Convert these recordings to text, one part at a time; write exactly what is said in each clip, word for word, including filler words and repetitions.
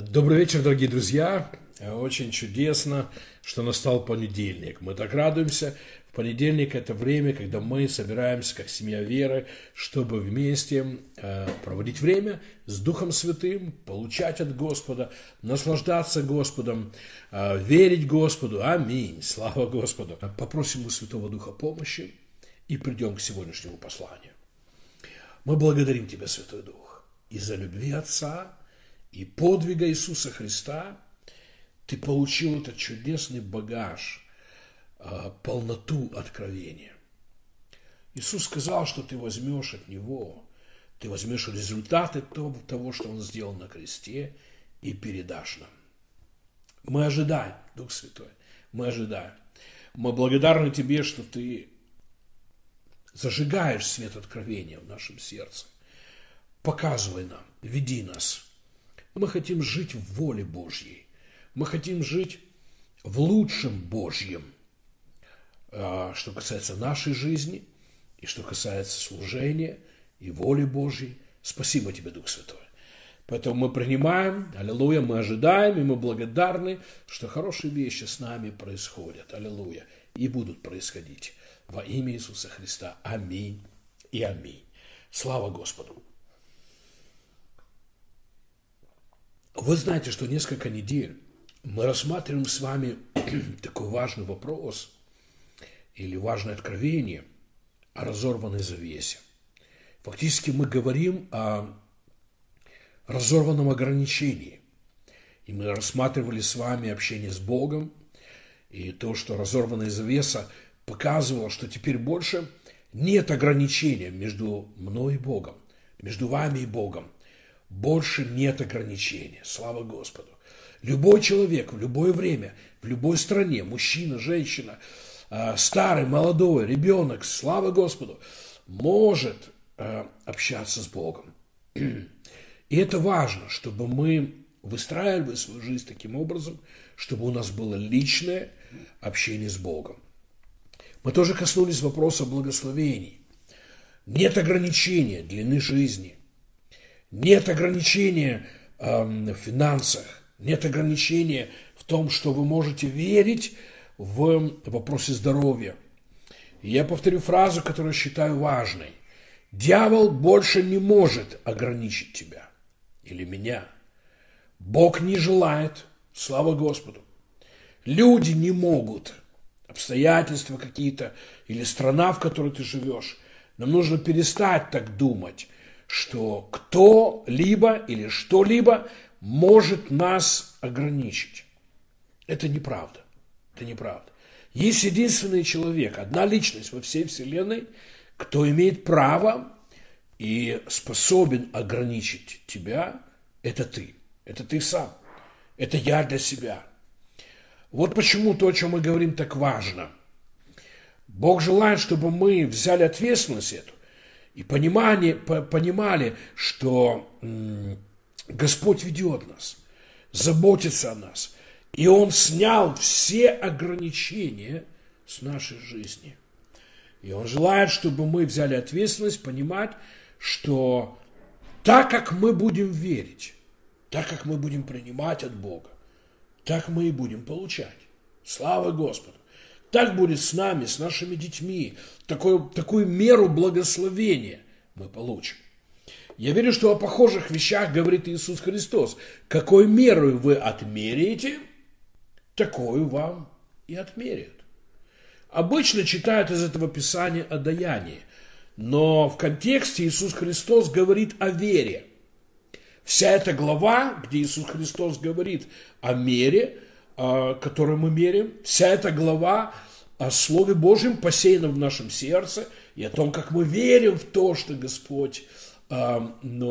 Добрый вечер, дорогие друзья. Очень чудесно, что настал понедельник. Мы так радуемся. В понедельник это время, когда мы собираемся как семья веры, чтобы вместе проводить время с Духом Святым, получать от Господа, наслаждаться Господом, верить Господу. Аминь. Слава Господу. Попросим у Святого Духа помощи и придем к сегодняшнему посланию. Мы благодарим Тебя, Святой Дух, из-за любви Отца и подвига Иисуса Христа. Ты получил этот чудесный багаж, полноту откровения. Иисус сказал, что ты возьмешь от Него, ты возьмешь результаты того, что Он сделал на кресте, и передашь нам. Мы ожидаем, Дух Святой, мы ожидаем. Мы благодарны Тебе, что Ты зажигаешь свет откровения в нашем сердце. Показывай нам, веди нас. Мы хотим жить в воле Божьей. Мы хотим жить в лучшем Божьем, что касается нашей жизни, и что касается служения и воли Божьей. Спасибо Тебе, Дух Святой. Поэтому мы принимаем, аллилуйя, мы ожидаем, и мы благодарны, что хорошие вещи с нами происходят, аллилуйя, и будут происходить во имя Иисуса Христа. Аминь и аминь. Слава Господу. Вы знаете, что несколько недель мы рассматриваем с вами такой важный вопрос или важное откровение о разорванной завесе. Фактически мы говорим о разорванном ограничении. И мы рассматривали с вами общение с Богом и то, что разорванная завеса показывала, что теперь больше нет ограничения между мной и Богом, между вами и Богом. Больше нет ограничения. Слава Господу. Любой человек в любое время, в любой стране, мужчина, женщина, старый, молодой, ребенок, слава Господу, может общаться с Богом. И это важно, чтобы мы выстраивали свою жизнь таким образом, чтобы у нас было личное общение с Богом. Мы тоже коснулись вопроса благословений. Нет ограничения длины жизни. Нет ограничения э, в финансах, нет ограничения в том, что вы можете верить в вопросе здоровья. И я повторю фразу, которую считаю важной. Дьявол больше не может ограничить тебя или меня. Бог не желает, слава Господу. Люди не могут, обстоятельства какие-то или страна, в которой ты живешь. Нам нужно перестать так думать, что кто-либо или что-либо может нас ограничить. Это неправда. Это неправда. Есть единственный человек, одна личность во всей Вселенной, кто имеет право и способен ограничить тебя. Это ты. Это ты сам. Это я для себя. Вот почему то, о чем мы говорим, так важно. Бог желает, чтобы мы взяли ответственность эту. И понимали, понимали, что Господь ведет нас, заботится о нас. И Он снял все ограничения с нашей жизни. И Он желает, чтобы мы взяли ответственность, понимать, что так как мы будем верить, так как мы будем принимать от Бога, так мы и будем получать. Слава Господу! Так будет с нами, с нашими детьми. Такую, такую меру благословения мы получим. Я верю, что о похожих вещах говорит Иисус Христос. Какой мерой вы отмеряете, такую вам и отмерят. Обычно читают из этого Писания о даянии. Но в контексте Иисус Христос говорит о вере. Вся эта глава, где Иисус Христос говорит о мере, которую мы меряем, вся эта глава о Слове Божьем, посеянном в нашем сердце, и о том, как мы верим в то, что Господь э,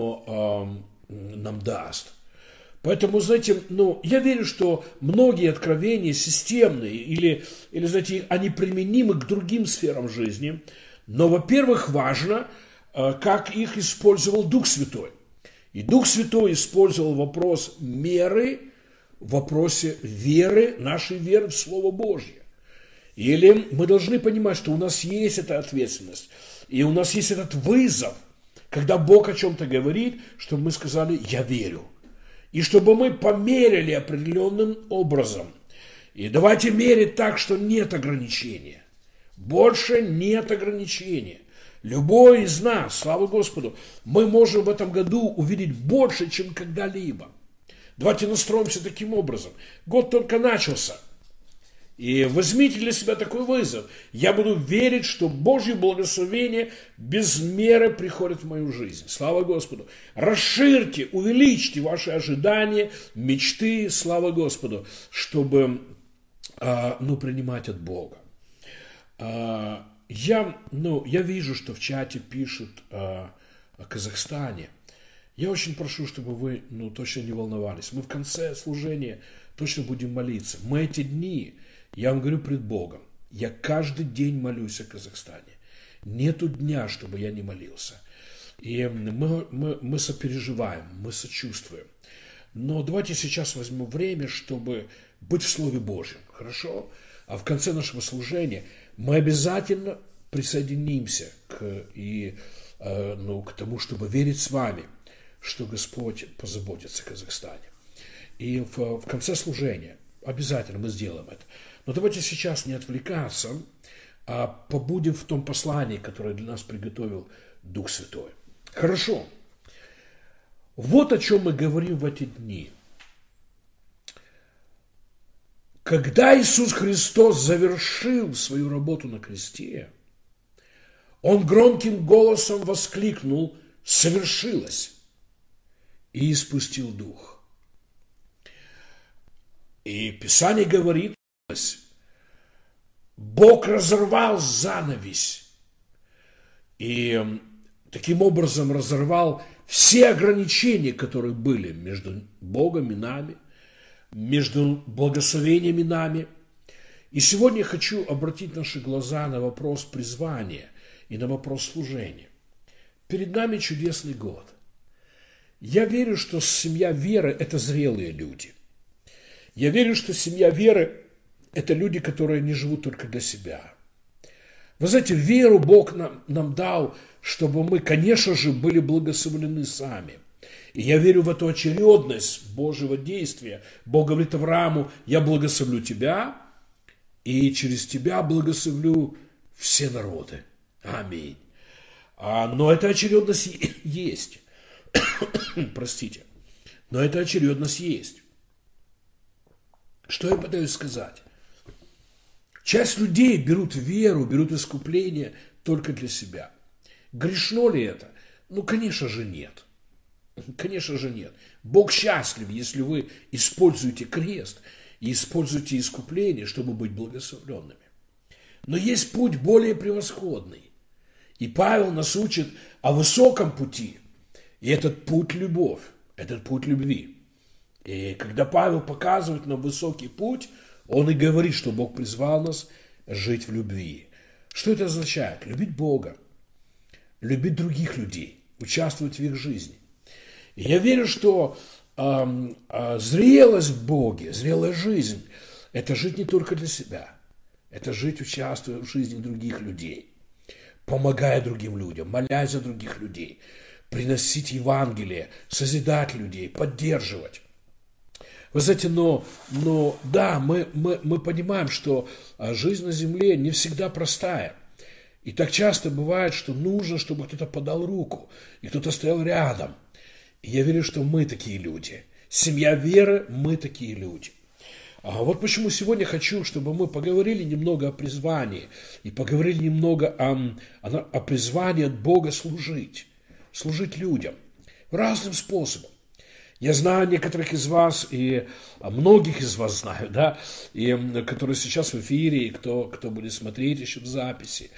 но, э, нам даст. Поэтому, знаете, ну, я верю, что многие откровения системные, или, или, знаете, они применимы к другим сферам жизни, но, во-первых, важно, э, как их использовал Дух Святой. И Дух Святой использовал вопрос меры, в вопросе веры, нашей веры в Слово Божье. Или мы должны понимать, что у нас есть эта ответственность, и у нас есть этот вызов, когда Бог о чем-то говорит, чтобы мы сказали: я верю. И чтобы мы померили определенным образом. И давайте мерить так, что нет ограничения. Больше нет ограничения. Любой из нас, слава Господу, мы можем в этом году увидеть больше, чем когда-либо. Давайте настроимся таким образом. Год только начался. И возьмите для себя такой вызов. Я буду верить, что Божье благословение без меры приходит в мою жизнь. Слава Господу. Расширьте, увеличьте ваши ожидания, мечты, слава Господу, чтобы ну, принимать от Бога. Я, ну, я вижу, что в чате пишут о, о Казахстане. Я очень прошу, чтобы вы ну, точно не волновались. Мы в конце служения точно будем молиться. Мы эти дни, я вам говорю пред Богом, я каждый день молюсь о Казахстане. Нету дня, чтобы я не молился. И мы, мы, мы сопереживаем, мы сочувствуем. Но давайте сейчас возьмем время, чтобы быть в Слове Божьем. Хорошо? А в конце нашего служения мы обязательно присоединимся к, и, э, ну, к тому, чтобы верить с вами, что Господь позаботится о Казахстане. И в, в конце служения обязательно мы сделаем это. Но давайте сейчас не отвлекаться, а побудем в том послании, которое для нас приготовил Дух Святой. Хорошо. Вот о чем мы говорим в эти дни. Когда Иисус Христос завершил свою работу на кресте, Он громким голосом воскликнул: «Совершилось!» и испустил дух. И Писание говорит, Бог разорвал занавесь и таким образом разорвал все ограничения, которые были между Богом и нами, между благословениями нами. И сегодня я хочу обратить наши глаза на вопрос призвания и на вопрос служения. Перед нами чудесный год. Я верю, что семья веры – это зрелые люди. Я верю, что семья веры – это люди, которые не живут только для себя. Вы знаете, веру Бог нам, нам дал, чтобы мы, конечно же, были благословлены сами. И я верю в эту очередность Божьего действия. Бог говорит Аврааму: я благословлю тебя, и через тебя благословлю все народы. Аминь. А, но эта очередность есть. Простите. Но эта очередность есть. Что я пытаюсь сказать? Часть людей берут веру, берут искупление только для себя. Грешно ли это? Ну, конечно же, нет. Конечно же, нет. Бог счастлив, если вы используете крест и используете искупление, чтобы быть благословленными. Но есть путь более превосходный. И Павел нас учит о высоком пути. И этот путь – любовь, этот путь любви. И когда Павел показывает нам высокий путь, он и говорит, что Бог призвал нас жить в любви. Что это означает? Любить Бога, любить других людей, участвовать в их жизни. И я верю, что э, э, зрелость в Боге, зрелая жизнь – это жить не только для себя, это жить, участвуя в жизни других людей, помогая другим людям, молясь за других людей, приносить Евангелие, созидать людей, поддерживать. Вы знаете, но, но да, мы, мы, мы понимаем, что жизнь на земле не всегда простая. И так часто бывает, что нужно, чтобы кто-то подал руку, и кто-то стоял рядом. И я верю, что мы такие люди. Семья веры, мы такие люди. А вот почему сегодня хочу, чтобы мы поговорили немного о призвании. И поговорили немного о, о, о призвании от Бога служить. Служить людям. Разным способом. Я знаю некоторых из вас, и многих из вас знаю, да, и, которые сейчас в эфире, и кто, кто будет смотреть еще в записи.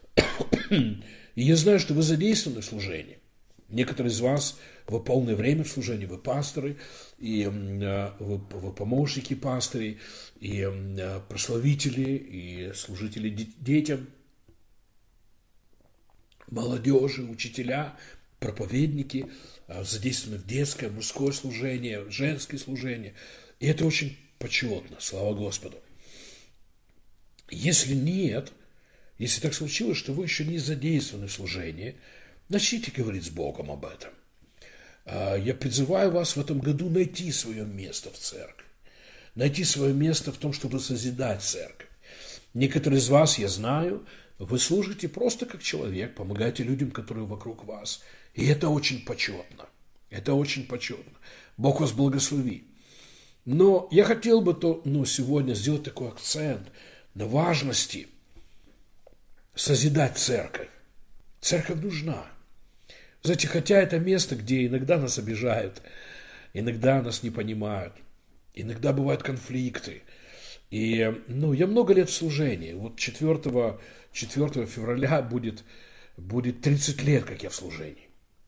И я знаю, что вы задействованы в служении. Некоторые из вас, вы полное время в служении, вы пасторы, и вы, вы помощники пастырей, и прославители, и служители детям, молодежи, учителя, проповедники, задействованы в детское, мужское служение, женское служение. И это очень почетно, слава Господу. Если нет, если так случилось, что вы еще не задействованы в служении, начните говорить с Богом об этом. Я призываю вас в этом году найти свое место в церкви. Найти свое место в том, чтобы созидать церковь. Некоторые из вас, я знаю, вы служите просто как человек, помогаете людям, которые вокруг вас. И это очень почетно. Это очень почетно. Бог вас благослови. Но я хотел бы то, ну, сегодня сделать такой акцент на важности созидать церковь. Церковь нужна. Знаете, хотя это место, где иногда нас обижают, иногда нас не понимают, иногда бывают конфликты. И, ну, я много лет в служении. Вот четвёртого февраля будет, будет тридцать лет, как я в служении.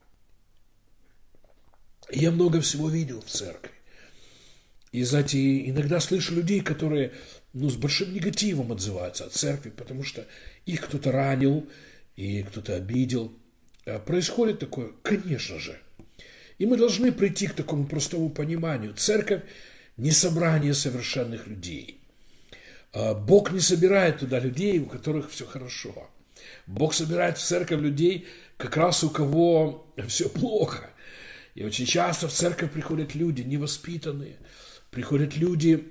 И я много всего видел в церкви. И, знаете, иногда слышу людей, которые, ну, с большим негативом отзываются о церкви, потому что их кто-то ранил и кто-то обидел. Происходит такое, конечно же. И мы должны прийти к такому простому пониманию. Церковь не собрание совершенных людей. Бог не собирает туда людей, у которых все хорошо. Бог собирает в церковь людей, как раз у кого все плохо. И очень часто в церковь приходят люди невоспитанные, приходят люди,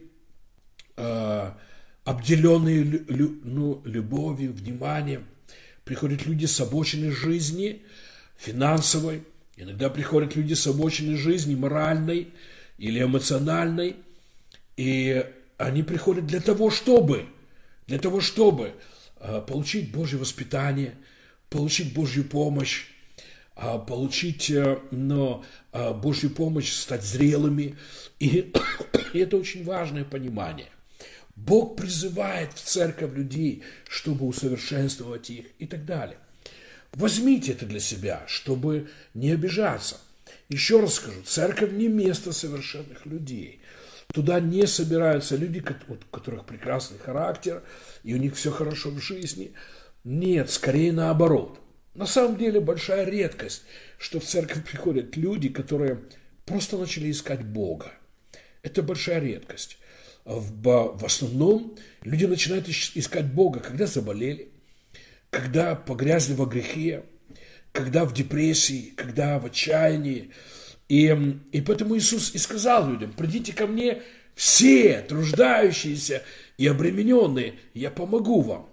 обделенные ну, любовью, вниманием. Приходят люди с обочины жизни, финансовой. Иногда приходят люди с обочины жизни, моральной или эмоциональной. И они приходят для того, чтобы, для того, чтобы получить Божье воспитание, получить Божью помощь, получить но, Божью помощь, стать зрелыми. И, и это очень важное понимание. Бог призывает в церковь людей, чтобы усовершенствовать их и так далее. Возьмите это для себя, чтобы не обижаться. Еще раз скажу, церковь не место совершенных людей. Туда не собираются люди, у которых прекрасный характер, и у них все хорошо в жизни. Нет, скорее наоборот. На самом деле большая редкость, что в церковь приходят люди, которые просто начали искать Бога. Это большая редкость. В, в основном люди начинают искать Бога, когда заболели, когда погрязли во грехе, когда в депрессии, когда в отчаянии. И, и поэтому Иисус и сказал людям: придите ко мне все труждающиеся и обремененные, я помогу вам.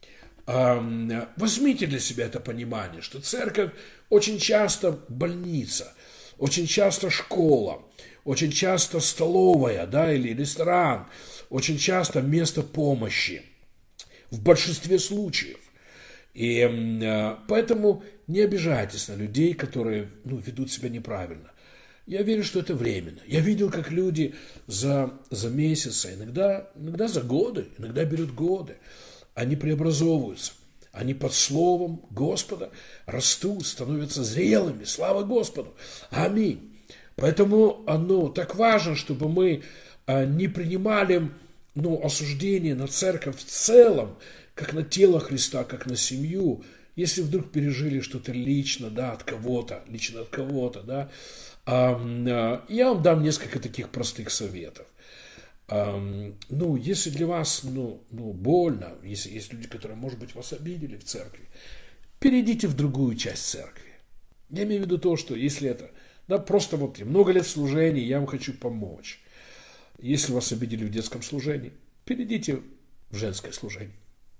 Возьмите для себя это понимание, что церковь очень часто больница, очень часто школа, очень часто столовая, да, или ресторан, очень часто место помощи в большинстве случаев. И э, поэтому не обижайтесь на людей, которые ну, ведут себя неправильно. Я верю, что это временно. Я видел, как люди за, за месяцы, иногда, иногда за годы, иногда берут годы, они преобразовываются. Они под словом Господа растут, становятся зрелыми. Слава Господу! Аминь. Поэтому оно так важно, чтобы мы не принимали ну, осуждение на церковь в целом, как на тело Христа, как на семью, если вдруг пережили что-то лично, да, от кого-то, лично от кого-то, да. Я вам дам несколько таких простых советов. Ну, если для вас ну, ну, больно, если есть люди, которые, может быть, вас обидели в церкви, перейдите в другую часть церкви. Я имею в виду то, что если это... Да, просто вот много лет служения, я вам хочу помочь. Если вас обидели в детском служении, перейдите в женское служение.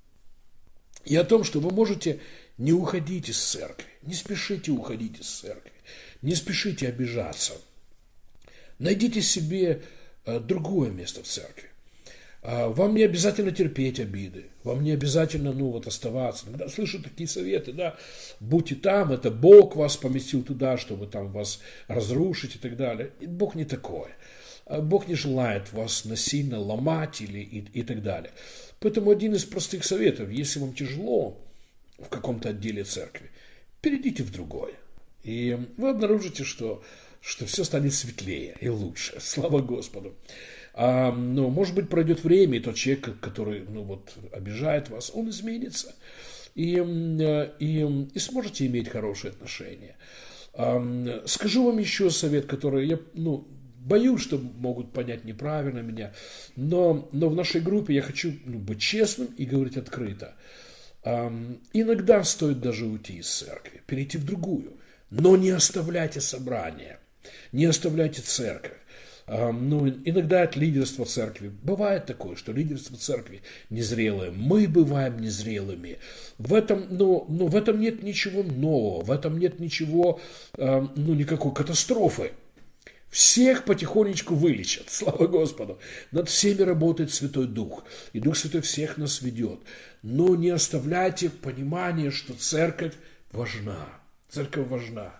И о том, что вы можете не уходить из церкви, не спешите уходить из церкви, не спешите обижаться. Найдите себе другое место в церкви. Вам не обязательно терпеть обиды, вам не обязательно, ну, вот оставаться. Иногда слышу такие советы, да, будьте там, это Бог вас поместил туда, чтобы там вас разрушить и так далее. И Бог не такой. Бог не желает вас насильно ломать или и, и так далее. Поэтому один из простых советов, если вам тяжело в каком-то отделе церкви, перейдите в другое. И вы обнаружите, что, что все станет светлее и лучше. Слава Господу. А, но, может быть, пройдет время, и тот человек, который ну, вот, обижает вас, он изменится. И, и, и сможете иметь хорошие отношения. А, скажу вам еще совет, который я ну, боюсь, что могут понять неправильно меня. Но, но в нашей группе я хочу ну, быть честным и говорить открыто. А, иногда стоит даже уйти из церкви, перейти в другую. Но не оставляйте собрания. Не оставляйте церковь. Ну, иногда от лидерства церкви. Бывает такое, что лидерство церкви незрелое. Мы бываем незрелыми. В этом, ну, ну, в этом нет ничего нового, в этом нет ничего, ну, никакой катастрофы. Всех потихонечку вылечат, слава Господу. Над всеми работает Святой Дух, и Дух Святой всех нас ведет. Но не оставляйте понимания, что церковь важна. Церковь важна.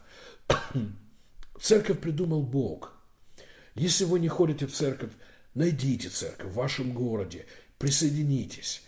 Церковь придумал Бог. Если вы не ходите в церковь, найдите церковь в вашем городе, присоединитесь.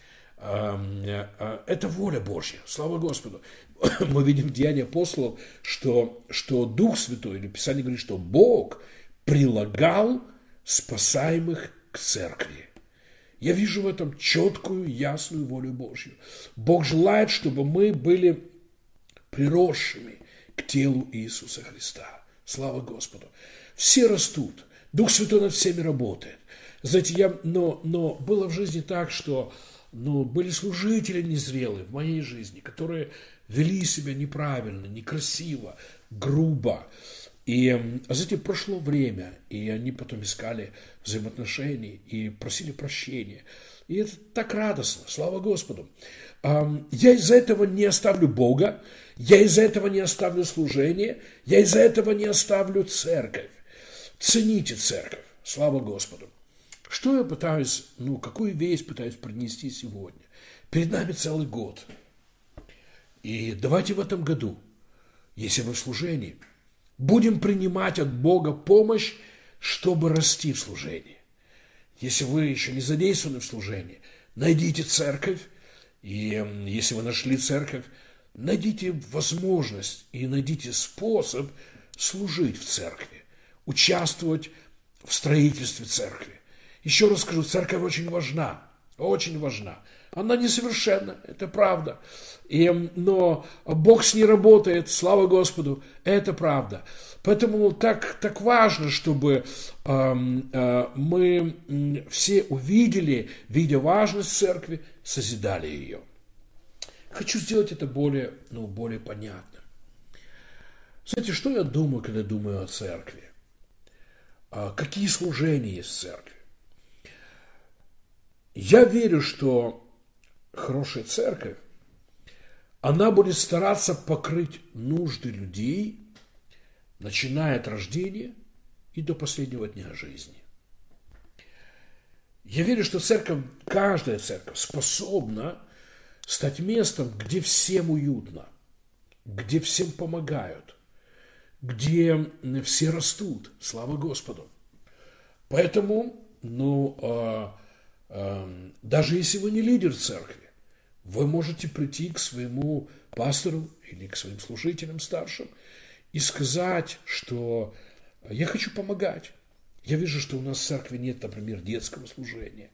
Это воля Божья, слава Господу. Мы видим в Деяниях апостолов, что, что Дух Святой, или Писание говорит, что Бог прилагал спасаемых к церкви. Я вижу в этом четкую, ясную волю Божью. Бог желает, чтобы мы были приросшими к телу Иисуса Христа. Слава Господу. Все растут. Дух Святой над всеми работает. Знаете, я, но, но было в жизни так, что ну, были служители незрелые в моей жизни, которые вели себя неправильно, некрасиво, грубо. И, знаете, прошло время, и они потом искали взаимоотношений и просили прощения. И это так радостно, слава Господу. Я из-за этого не оставлю Бога, я из-за этого не оставлю служение, я из-за этого не оставлю церковь. Цените церковь, слава Господу. Что я пытаюсь, ну, какую весть пытаюсь принести сегодня? Перед нами целый год. И давайте в этом году, если вы в служении, будем принимать от Бога помощь, чтобы расти в служении. Если вы еще не задействованы в служении, найдите церковь. И если вы нашли церковь, найдите возможность и найдите способ служить в церкви, участвовать в строительстве церкви. Еще раз скажу, церковь очень важна, очень важна. Она несовершенна, это правда. И, но Бог с ней работает, слава Господу, это правда. Поэтому так, так важно, чтобы э, э, мы все увидели, видя важность церкви, созидали ее. Хочу сделать это более, ну, более понятным. Знаете, что я думаю, когда думаю о церкви? А какие служения есть в церкви? Я верю, что хорошая церковь, она будет стараться покрыть нужды людей, начиная от рождения и до последнего дня жизни. Я верю, что церковь, каждая церковь способна стать местом, где всем уютно, где всем помогают, где все растут, слава Господу. Поэтому, ну, а, а, даже если вы не лидер церкви, вы можете прийти к своему пастору или к своим служителям старшим и сказать, что я хочу помогать. Я вижу, что у нас в церкви нет, например, детского служения.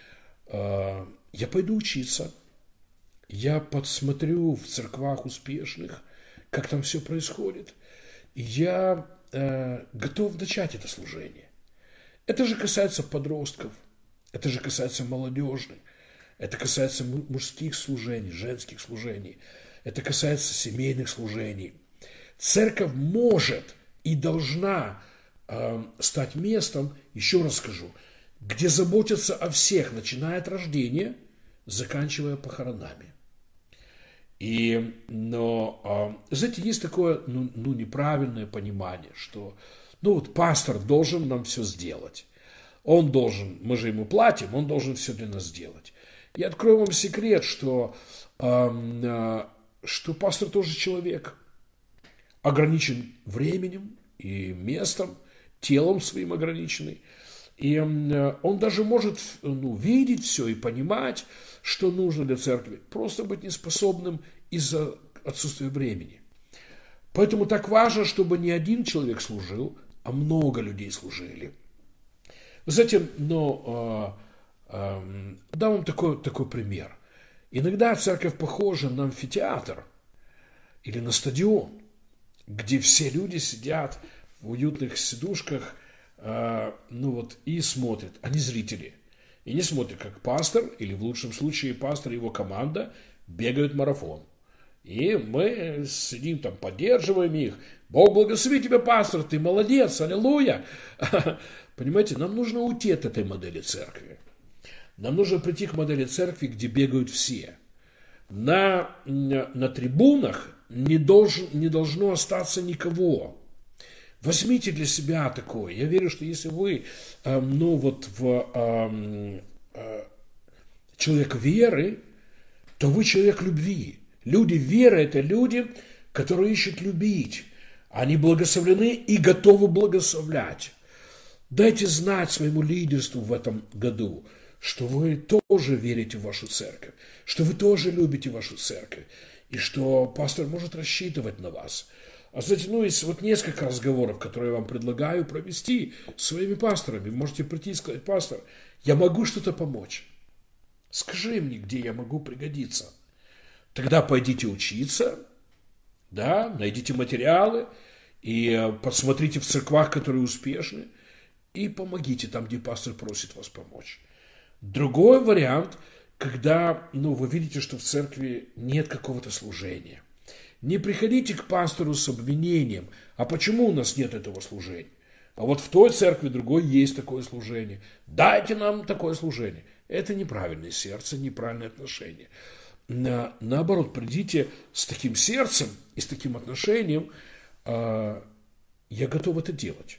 Я пойду учиться. Я подсмотрю в церквах успешных, как там все происходит. И я готов начать это служение. Это же касается подростков. Это же касается молодежи. Это касается мужских служений, женских служений. Это касается семейных служений. Церковь может и должна э, стать местом, еще раз скажу, где заботятся о всех, начиная от рождения, заканчивая похоронами. И, но, э, знаете, есть такое ну, ну, неправильное понимание, что ну, вот пастор должен нам все сделать. Он должен, мы же ему платим, он должен все для нас сделать. Я открою вам секрет, что, э, что пастор тоже человек, ограничен временем и местом, телом своим ограниченный. И э, он даже может ну, видеть все и понимать, что нужно для церкви, просто быть неспособным из-за отсутствия времени. Поэтому так важно, чтобы не один человек служил, а много людей служили. Вы знаете, но... Э, Дам вам такой, такой пример. Иногда церковь похожа на амфитеатр или на стадион, где все люди сидят в уютных сидушках, э, ну вот, и смотрят. Они зрители. И не смотрят, как пастор, или в лучшем случае пастор и его команда бегают марафон. И мы сидим там, поддерживаем их. Бог благослови тебя, пастор, ты молодец, аллилуйя. Понимаете, нам нужно уйти от этой модели церкви. Нам нужно прийти к модели церкви, где бегают все. На, на трибунах не, должен, не должно остаться никого. Возьмите для себя такое. Я верю, что если вы э, ну, вот в, э, э, человек веры, то вы человек любви. Люди веры – это люди, которые ищут любить. Они благословлены и готовы благословлять. Дайте знать своему лидерству в этом году, что вы тоже верите в вашу церковь, что вы тоже любите вашу церковь, и что пастор может рассчитывать на вас. А знаете, ну, есть вот несколько разговоров, которые я вам предлагаю провести с своими пасторами. Вы можете прийти и сказать: пастор, я могу что-то помочь. Скажи мне, где я могу пригодиться. Тогда пойдите учиться, да, найдите материалы и посмотрите в церквах, которые успешны, и помогите там, где пастор просит вас помочь. Другой вариант, когда, ну, вы видите, что в церкви нет какого-то служения. Не приходите к пастору с обвинением: а почему у нас нет этого служения? А вот в той церкви другой есть такое служение. Дайте нам такое служение. Это неправильное сердце, неправильное отношение. На, наоборот, придите с таким сердцем и с таким отношением: э, я готов это делать.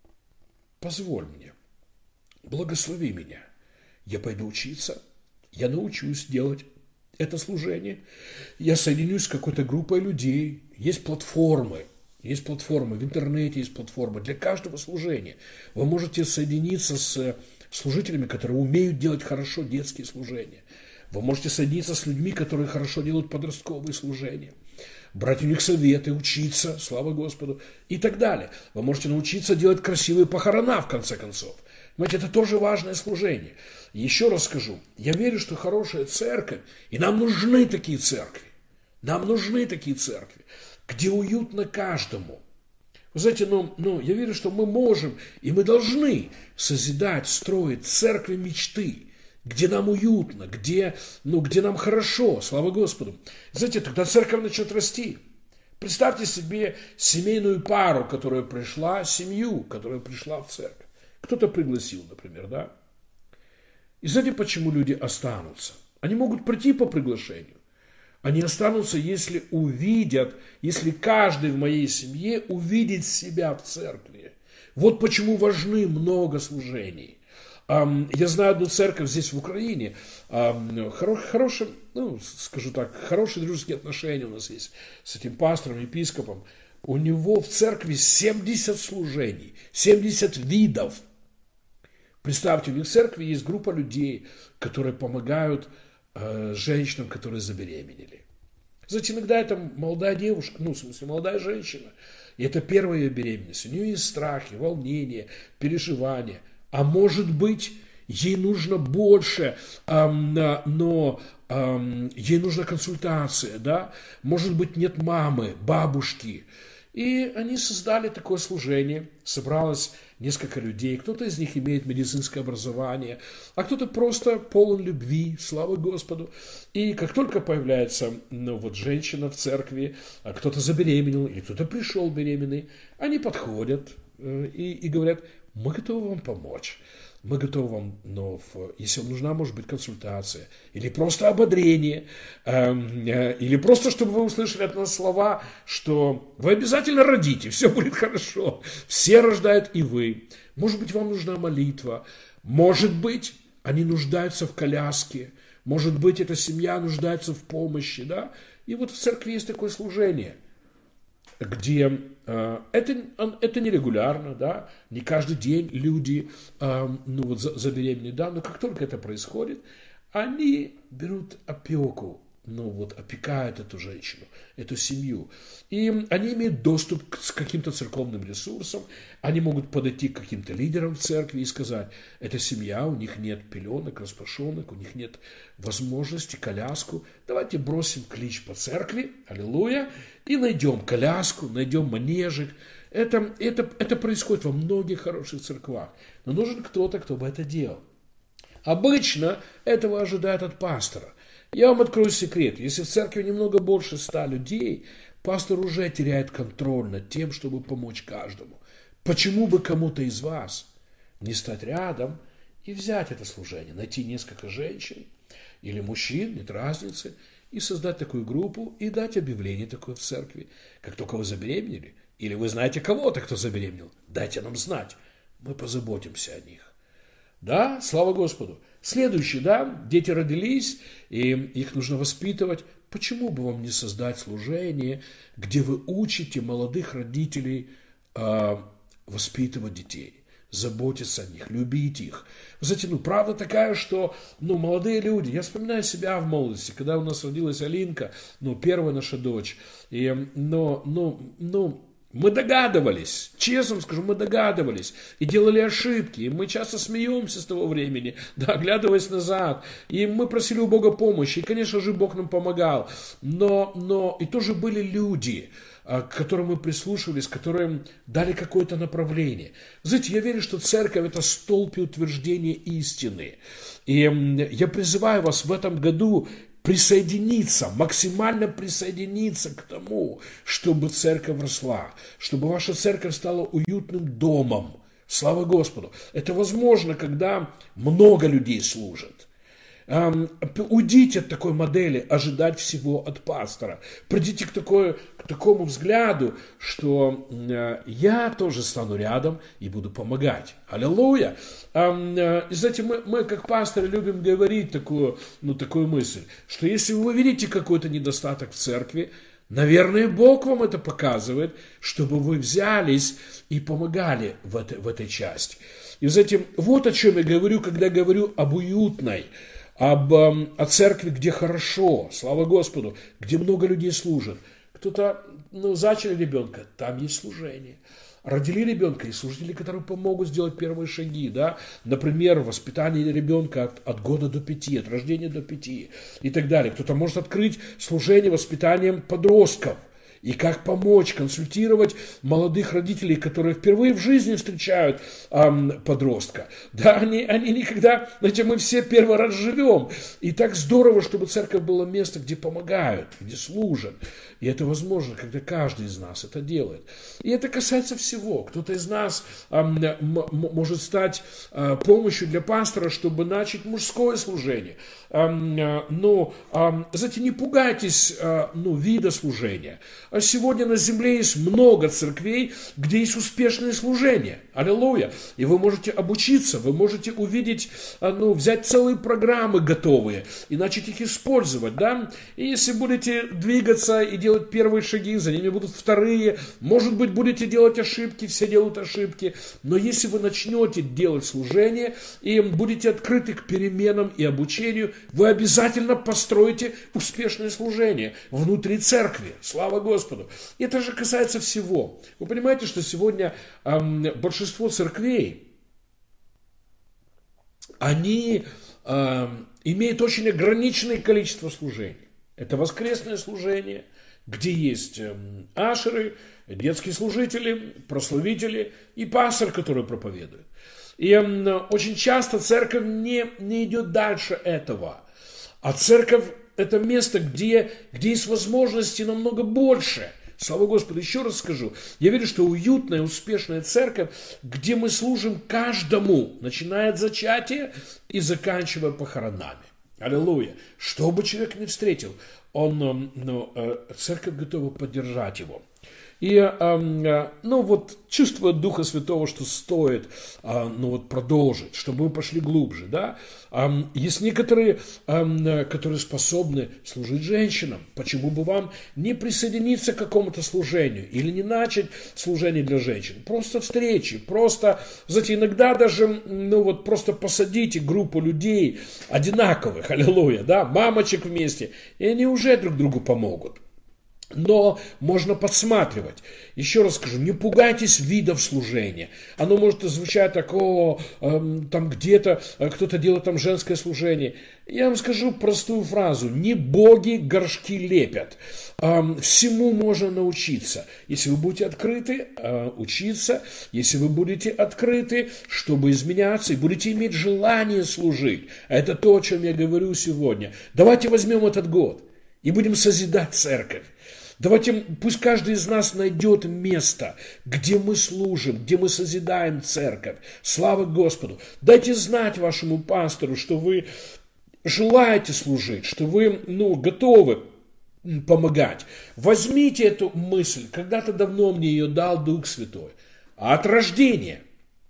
Позволь мне, благослови меня. Я пойду учиться, я научусь делать это служение, я соединюсь с какой-то группой людей. Есть платформы, есть платформы в интернете, есть платформы для каждого служения. Вы можете соединиться с служителями, которые умеют делать хорошо детские служения. Вы можете соединиться с людьми, которые хорошо делают подростковые служения. Брать у них советы, учиться, слава Господу, и так далее. Вы можете научиться делать красивые похорона, в конце концов. Понимаете, это тоже важное служение. Еще раз скажу, я верю, что хорошая церковь, и нам нужны такие церкви, нам нужны такие церкви, где уютно каждому. Вы знаете, ну, ну, я верю, что мы можем и мы должны созидать, строить церкви мечты, где нам уютно, где, ну, где нам хорошо, слава Господу. Знаете, тогда церковь начнет расти. Представьте себе семейную пару, которая пришла, семью, которая пришла в церковь. Кто-то пригласил, например, да? И знаете, почему люди останутся? Они могут прийти по приглашению. Они останутся, если увидят, если каждый в моей семье увидит себя в церкви. Вот почему важны много служений. Я знаю одну церковь здесь, в Украине, хорошие, ну, скажу так, хорошие дружеские отношения у нас есть с этим пастором, епископом. У него в церкви семьдесят служений, семьдесят видов. Представьте, у них в церкви есть группа людей, которые помогают э, женщинам, которые забеременели. Знаете, иногда это молодая девушка, ну, в смысле, молодая женщина, и это первая ее беременность. У нее есть страхи, волнения, переживания. А может быть, ей нужно больше, эм, но эм, ей нужна консультация, да? Может быть, нет мамы, бабушки. И они создали такое служение, собралось несколько людей, кто-то из них имеет медицинское образование, а кто-то просто полон любви, слава Господу. И как только появляется, ну, вот женщина в церкви, а кто-то забеременел или кто-то пришел беременный, они подходят э, и, и говорят: мы готовы вам помочь. Мы готовы вам, но в, если вам нужна, может быть, консультация, или просто ободрение, э, э, или просто, чтобы вы услышали от нас слова, что вы обязательно родите, все будет хорошо, все рождают и вы. Может быть, вам нужна молитва, может быть, они нуждаются в коляске, может быть, эта семья нуждается в помощи, да? И вот в церкви есть такое служение, где э, это, это нерегулярно, да, не каждый день люди э, ну, вот, забеременены, да, но как только это происходит, они берут опеку, ну вот опекают эту женщину, эту семью. И они имеют доступ к каким-то церковным ресурсам, они могут подойти к каким-то лидерам в церкви и сказать: эта семья, у них нет пеленок, распашонок, у них нет возможности, коляску. Давайте бросим клич по церкви, аллилуйя, и найдем коляску, найдем манежик. Это, это, это происходит во многих хороших церквах. Но нужен кто-то, кто бы это делал. Обычно этого ожидают от пастора. Я вам открою секрет. Если в церкви немного больше ста людей, пастор уже теряет контроль над тем, чтобы помочь каждому. Почему бы кому-то из вас не стать рядом и взять это служение, найти несколько женщин или мужчин, нет разницы, и создать такую группу и дать объявление такое в церкви. Как только вы забеременели, или вы знаете кого-то, кто забеременел, дайте нам знать, мы позаботимся о них. Да, слава Господу. Следующий, да, дети родились, и их нужно воспитывать. Почему бы вам не создать служение, где вы учите молодых родителей э, воспитывать детей, заботиться о них, любить их? Вы знаете, ну, правда такая, что, ну, молодые люди, я вспоминаю себя в молодости, когда у нас родилась Алинка, ну, первая наша дочь, и, но, ну, ну, мы догадывались, честно вам скажу, мы догадывались и делали ошибки. И мы часто смеемся с того времени, да, оглядываясь назад. И мы просили у Бога помощи. И, конечно же, Бог нам помогал. Но, но и тоже были люди, к которым мы прислушивались, которые дали какое-то направление. Знаете, я верю, что церковь – это столб и утверждение истины. И я призываю вас в этом году присоединиться, максимально присоединиться к тому, чтобы церковь росла, чтобы ваша церковь стала уютным домом. Слава Господу! Это возможно, когда много людей служат. Уйдите от такой модели, ожидать всего от пастора. Придите к, такой, к такому взгляду, что я тоже стану рядом и буду помогать. Аллилуйя! И знаете, мы, мы как пасторы любим говорить такую, ну, такую мысль, что если вы видите какой-то недостаток в церкви, наверное, Бог вам это показывает, чтобы вы взялись и помогали в этой, в этой части. И знаете, вот о чем я говорю, когда говорю об уютной, об, о церкви, где хорошо, слава Господу, где много людей служат. Кто-то, ну, зачали ребенка, там есть служение. Родили ребенка, и служители, которые помогут сделать первые шаги, да, например, воспитание ребенка от, от года до пяти, от рождения до пяти и так далее. Кто-то может открыть служение воспитанием подростков. И как помочь, консультировать молодых родителей, которые впервые в жизни встречают эм, подростка. Да, они, они никогда, знаете, мы все первый раз живем. И так здорово, чтобы церковь была место, где помогают, где служат. И это возможно, когда каждый из нас это делает. И это касается всего. Кто-то из нас эм, м- может стать э, помощью для пастора, чтобы начать мужское служение. Эм, э, но, эм, знаете, не пугайтесь э, ну, вида служения. А сегодня на земле есть много церквей, где есть успешные служения. Аллилуйя. И вы можете обучиться, вы можете увидеть, ну, взять целые программы готовые и начать их использовать. Да? И если будете двигаться и делать первые шаги, за ними будут вторые. Может быть, будете делать ошибки, все делают ошибки. Но если вы начнете делать служение и будете открыты к переменам и обучению, вы обязательно построите успешное служение внутри церкви. Слава Господу. Господу. И это же касается всего. Вы понимаете, что сегодня эм, большинство церквей, они эм, имеют очень ограниченное количество служений. Это воскресное служение, где есть эм, ашеры, детские служители, прославители и пастор, который проповедует. И эм, очень часто церковь не, не идет дальше этого. А церковь — это место, где, где есть возможности намного больше. Слава Господу, еще раз скажу. Я верю, что уютная, успешная церковь, где мы служим каждому, начиная от зачатия и заканчивая похоронами. Аллилуйя. Что бы человек ни встретил, он, ну, церковь готова поддержать его. И, ну, вот, чувствуя Духа Святого, что стоит, ну, вот, продолжить, чтобы мы пошли глубже, да. Есть некоторые, которые способны служить женщинам. Почему бы вам не присоединиться к какому-то служению или не начать служение для женщин? Просто встречи, просто, знаете, иногда даже, ну, вот, просто посадите группу людей одинаковых, аллилуйя, да, мамочек вместе, и они уже друг другу помогут. Но можно подсматривать. Еще раз скажу, не пугайтесь видов служения. Оно может звучать такого, э, там где-то э, кто-то делает там женское служение. Я вам скажу простую фразу. Не боги горшки лепят. Э, всему можно научиться. Если вы будете открыты, э, учиться. Если вы будете открыты, чтобы изменяться. И будете иметь желание служить. Это то, о чем я говорю сегодня. Давайте возьмем этот год. И будем созидать церковь. Давайте, пусть каждый из нас найдет место, где мы служим, где мы созидаем церковь. Слава Господу. Дайте знать вашему пастору, что вы желаете служить, что вы ну, готовы помогать. Возьмите эту мысль. Когда-то давно мне ее дал Дух Святой. От рождения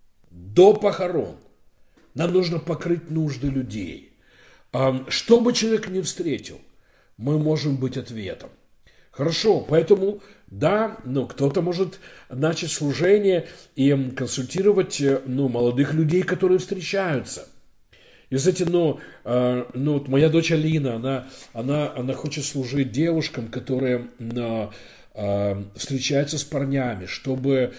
до похорон нам нужно покрыть нужды людей. Что бы человек ни встретил, мы можем быть ответом. Хорошо, поэтому, да, ну, кто-то может начать служение и консультировать ну, молодых людей, которые встречаются. И, знаете, ну, э, ну вот моя дочь Алина, она, она, она хочет служить девушкам, которые ну, э, встречаются с парнями, чтобы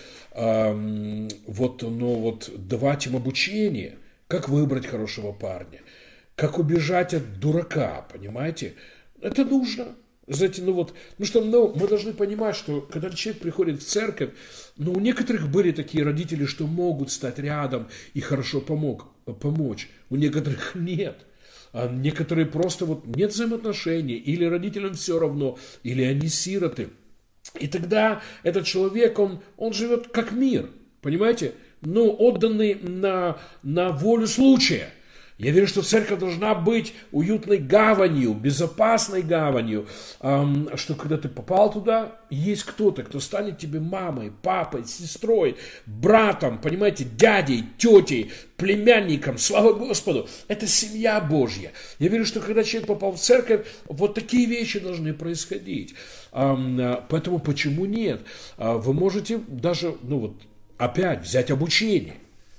э, вот, ну, вот, давать им обучение, как выбрать хорошего парня, как убежать от дурака, понимаете? Это нужно. Знаете, ну вот, ну что, ну, мы должны понимать, что когда человек приходит в церковь, ну, у некоторых были такие родители, что могут стать рядом и хорошо помог, помочь. У некоторых нет. А некоторые просто вот нет взаимоотношений, или родителям все равно, или они сироты. И тогда этот человек, он, он живет как мир, понимаете? Ну, отданный на, на волю случая. Я верю, что церковь должна быть уютной гаванью, безопасной гаванью, что когда ты попал туда, есть кто-то, кто станет тебе мамой, папой, сестрой, братом, понимаете, дядей, тетей, племянником. Слава Господу! Это семья Божья. Я верю, что когда человек попал в церковь, вот такие вещи должны происходить. Поэтому почему нет? Вы можете даже, ну вот, опять взять обучение.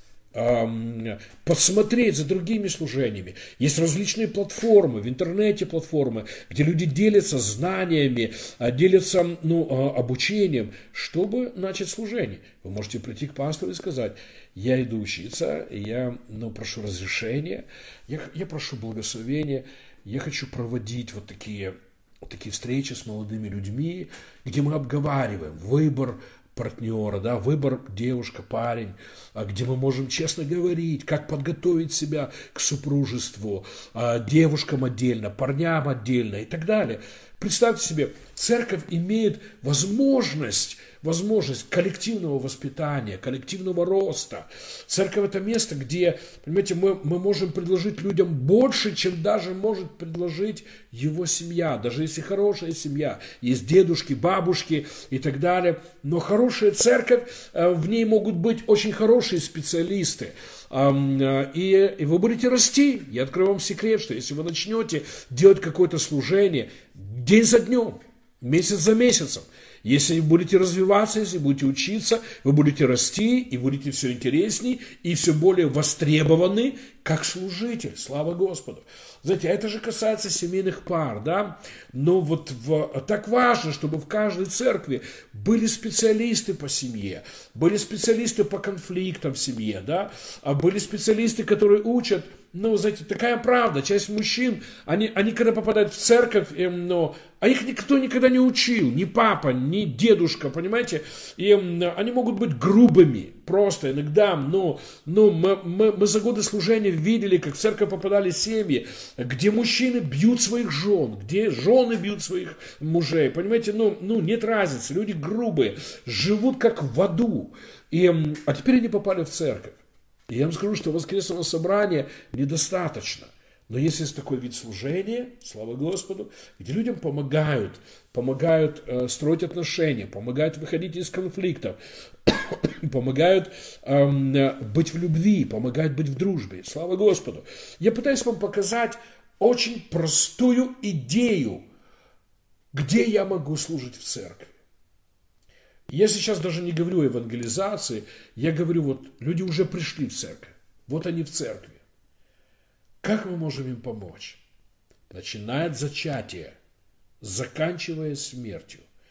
Посмотреть за другими служениями. Есть различные платформы, в интернете платформы, где люди делятся знаниями, делятся ну, обучением, чтобы начать служение. Вы можете прийти к пастору и сказать: я иду учиться, я ну, прошу разрешения, я, я прошу благословения, я хочу проводить вот такие, вот такие встречи с молодыми людьми, где мы обговариваем выбор партнера, да, выбор девушка, парень, где мы можем честно говорить, как подготовить себя к супружеству, девушкам отдельно, парням отдельно и так далее. Представьте себе, церковь имеет возможность, возможность коллективного воспитания, коллективного роста. Церковь – это место, где, понимаете, мы, мы можем предложить людям больше, чем даже может предложить его семья. Даже если хорошая семья, есть дедушки, бабушки и так далее. Но хорошая церковь, в ней могут быть очень хорошие специалисты. И, и вы будете расти. Я открою вам секрет, что если вы начнете делать какое-то служение день за днем, месяц за месяцем, если вы будете развиваться, если будете учиться, вы будете расти и будете все интересней и все более востребованы как служитель. Слава Господу. Знаете, это же касается семейных пар, да? Но вот в, так важно, чтобы в каждой церкви были специалисты по семье, были специалисты по конфликтам в семье, да? А были специалисты, которые учат. Ну, знаете, такая правда. Часть мужчин, они, они когда попадают в церковь, им, ну, а их никто никогда не учил. Ни папа, ни дедушка, понимаете? И они могут быть грубыми. Просто иногда, ну, ну мы, мы, мы за годы служения видели, как в церковь попадали семьи, где мужчины бьют своих жен, где жены бьют своих мужей. Понимаете, ну, ну нет разницы. Люди грубые, живут как в аду. И, а теперь они попали в церковь. И я вам скажу, что воскресного собрания недостаточно. Но если есть такой вид служения, слава Господу, где людям помогают, помогают э, строить отношения, помогают выходить из конфликтов, помогают э, быть в любви, помогают быть в дружбе. Слава Господу. Я пытаюсь вам показать очень простую идею, где я могу служить в церкви. Я сейчас даже не говорю о евангелизации, я говорю, вот люди уже пришли в церковь, вот они в церкви. Как мы можем им помочь? Начиная от зачатия, заканчивая смертью.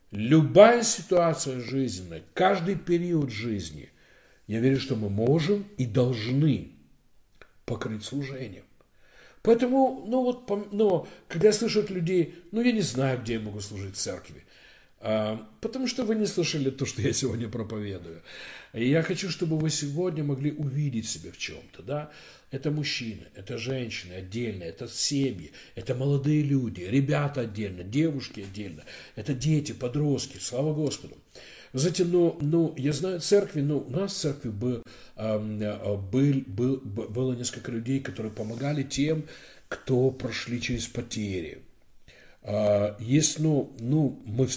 любая ситуация жизненная, каждый период жизни, я верю, что мы можем и должны покрыть служением. Поэтому, ну вот, но, когда я слышу от людей, ну я не знаю, где я могу служить в церкви, а, потому что вы не слышали то, что я сегодня проповедую. И я хочу, чтобы вы сегодня могли увидеть себя в чем-то, да. Это мужчины, это женщины отдельно, это семьи, это молодые люди, ребята отдельно, девушки отдельно, это дети, подростки, слава Господу. Вы знаете, ну, ну, я знаю церкви, ну, у нас в церкви был, был, был, было несколько людей, которые помогали тем, кто прошли через потери. Есть, ну, ну мы,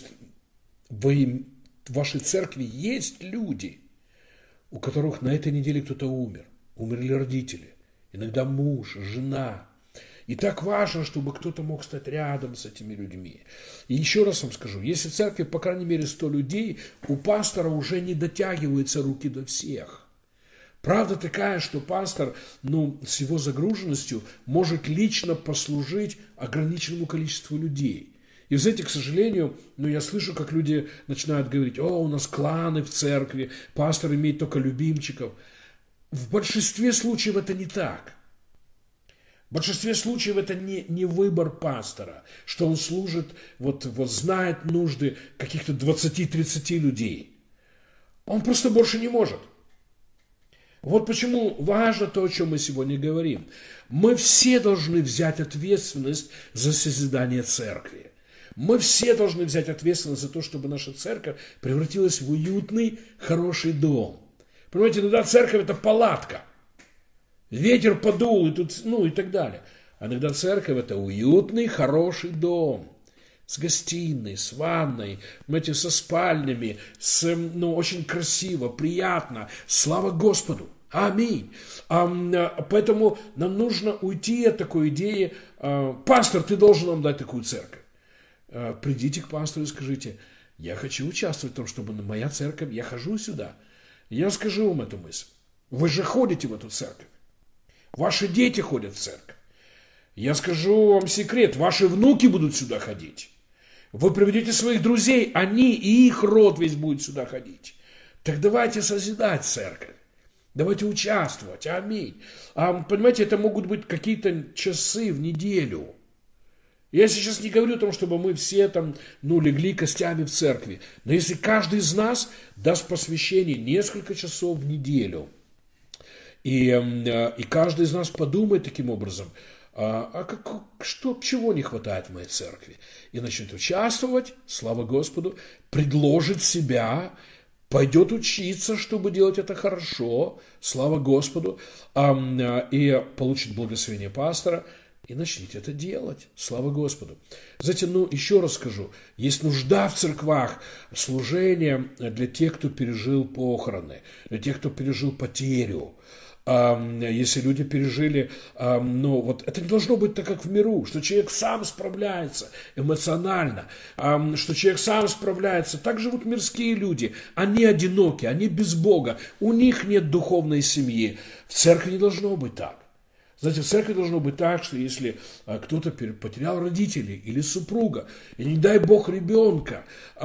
в, в вашей церкви есть люди, у которых на этой неделе кто-то умер, умерли родители, иногда муж, жена. И так важно, чтобы кто-то мог стать рядом с этими людьми. И еще раз вам скажу, если в церкви, по крайней мере, сто людей, у пастора уже не дотягиваются руки до всех. Правда такая, что пастор, ну, с его загруженностью может лично послужить ограниченному количеству людей. И, вы знаете, к сожалению, ну, я слышу, как люди начинают говорить: о, у нас кланы в церкви, пастор имеет только любимчиков. В большинстве случаев это не так. В большинстве случаев это не, не выбор пастора, что он служит, вот, вот знает нужды каких-то двадцати-тридцати людей. Он просто больше не может. Вот почему важно то, о чем мы сегодня говорим. Мы все должны взять ответственность за созидание церкви. Мы все должны взять ответственность за то, чтобы наша церковь превратилась в уютный, хороший дом. Понимаете, иногда церковь – это палатка. Ветер подул, и тут, ну и так далее. А иногда церковь – это уютный, хороший дом. С гостиной, с ванной, понимаете, со спальнями, с, ну, очень красиво, приятно. Слава Господу! Аминь! А, поэтому нам нужно уйти от такой идеи: пастор, ты должен нам дать такую церковь. Придите к пастору и скажите: я хочу участвовать в том, чтобы моя церковь, я хожу сюда. Я скажу вам эту мысль. Вы же ходите в эту церковь. Ваши дети ходят в церковь. Я скажу вам секрет. Ваши внуки будут сюда ходить. Вы приведете своих друзей. Они и их род весь будет сюда ходить. Так давайте созидать церковь. Давайте участвовать. Аминь. А, понимаете, это могут быть какие-то часы в неделю. Я сейчас не говорю о том, чтобы мы все там, ну, легли костями в церкви. Но если каждый из нас даст посвящение несколько часов в неделю, и, и каждый из нас подумает таким образом: а, а как, что, чего не хватает в моей церкви? И начнет участвовать, слава Господу, предложит себя, пойдет учиться, чтобы делать это хорошо, слава Господу, а, и получит благословение пастора. И начните это делать. Слава Господу. Знаете, ну, еще раз скажу. Есть нужда в церквах служения для тех, кто пережил похороны, для тех, кто пережил потерю. Если люди пережили, ну, вот это не должно быть так, как в миру, что человек сам справляется эмоционально, что человек сам справляется. Так живут мирские люди. Они одиноки, они без Бога, у них нет духовной семьи. В церкви не должно быть так. Знаете, в церкви должно быть так, что если кто-то потерял родителей или супруга, или, не дай Бог, ребенка,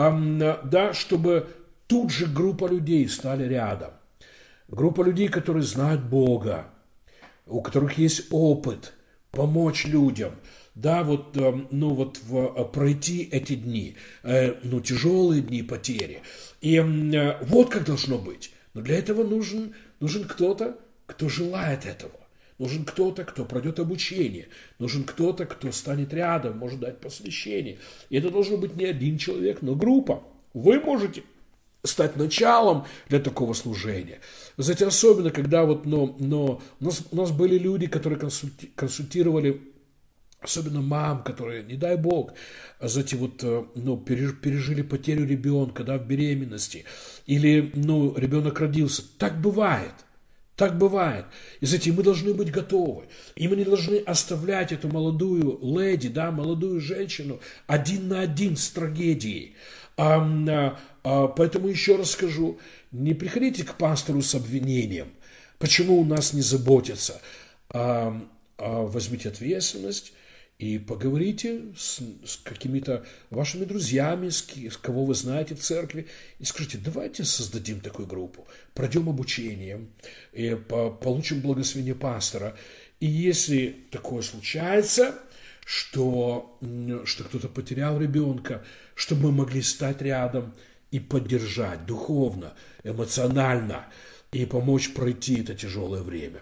да, чтобы тут же группа людей стали рядом. Группа людей, которые знают Бога, у которых есть опыт, помочь людям, да, вот, ну, вот в, пройти эти дни, ну, тяжелые дни потери. И вот как должно быть. Но для этого нужен, нужен кто-то, кто желает этого. Нужен кто-то, кто пройдет обучение. Нужен кто-то, кто станет рядом, может дать посвящение. И это должен быть не один человек, но группа. Вы можете стать началом для такого служения. Вы знаете, особенно, когда вот, но, но у, нас, у нас были люди, которые консульти, консультировали, особенно мам, которые, не дай Бог, знаете, вот, ну, пережили потерю ребенка, да, в беременности. Или, ну, ребенок родился. Так бывает. Так бывает. И знаете, мы должны быть готовы. И мы не должны оставлять эту молодую леди, да, молодую женщину один на один с трагедией. А, а, поэтому еще раз скажу, не приходите к пастору с обвинением, почему у нас не заботятся. А, а, возьмите ответственность И поговорите с, с какими-то вашими друзьями, с, с кого вы знаете в церкви, и скажите, давайте создадим такую группу, пройдем обучение, и по, получим благословение пастора. И если такое случается, что, что кто-то потерял ребенка, чтобы мы могли стать рядом и поддержать духовно, эмоционально, и помочь пройти это тяжелое время.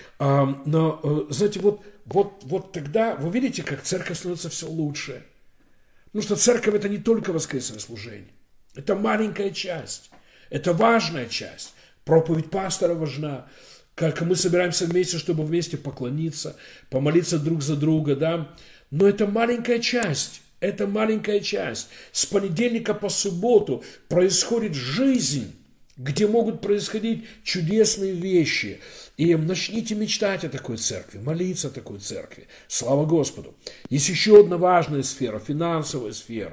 Но, знаете, вот, вот, вот тогда вы видите, как церковь становится все лучше. Потому что церковь – это не только воскресное служение. Это маленькая часть. Это важная часть. Проповедь пастора важна. Как мы собираемся вместе, чтобы вместе поклониться, помолиться друг за друга, да. Но это маленькая часть. Это маленькая часть. С понедельника по субботу происходит жизнь, где могут происходить чудесные вещи. И начните мечтать о такой церкви, молиться о такой церкви. Слава Господу. Есть еще одна важная сфера, финансовая сфера.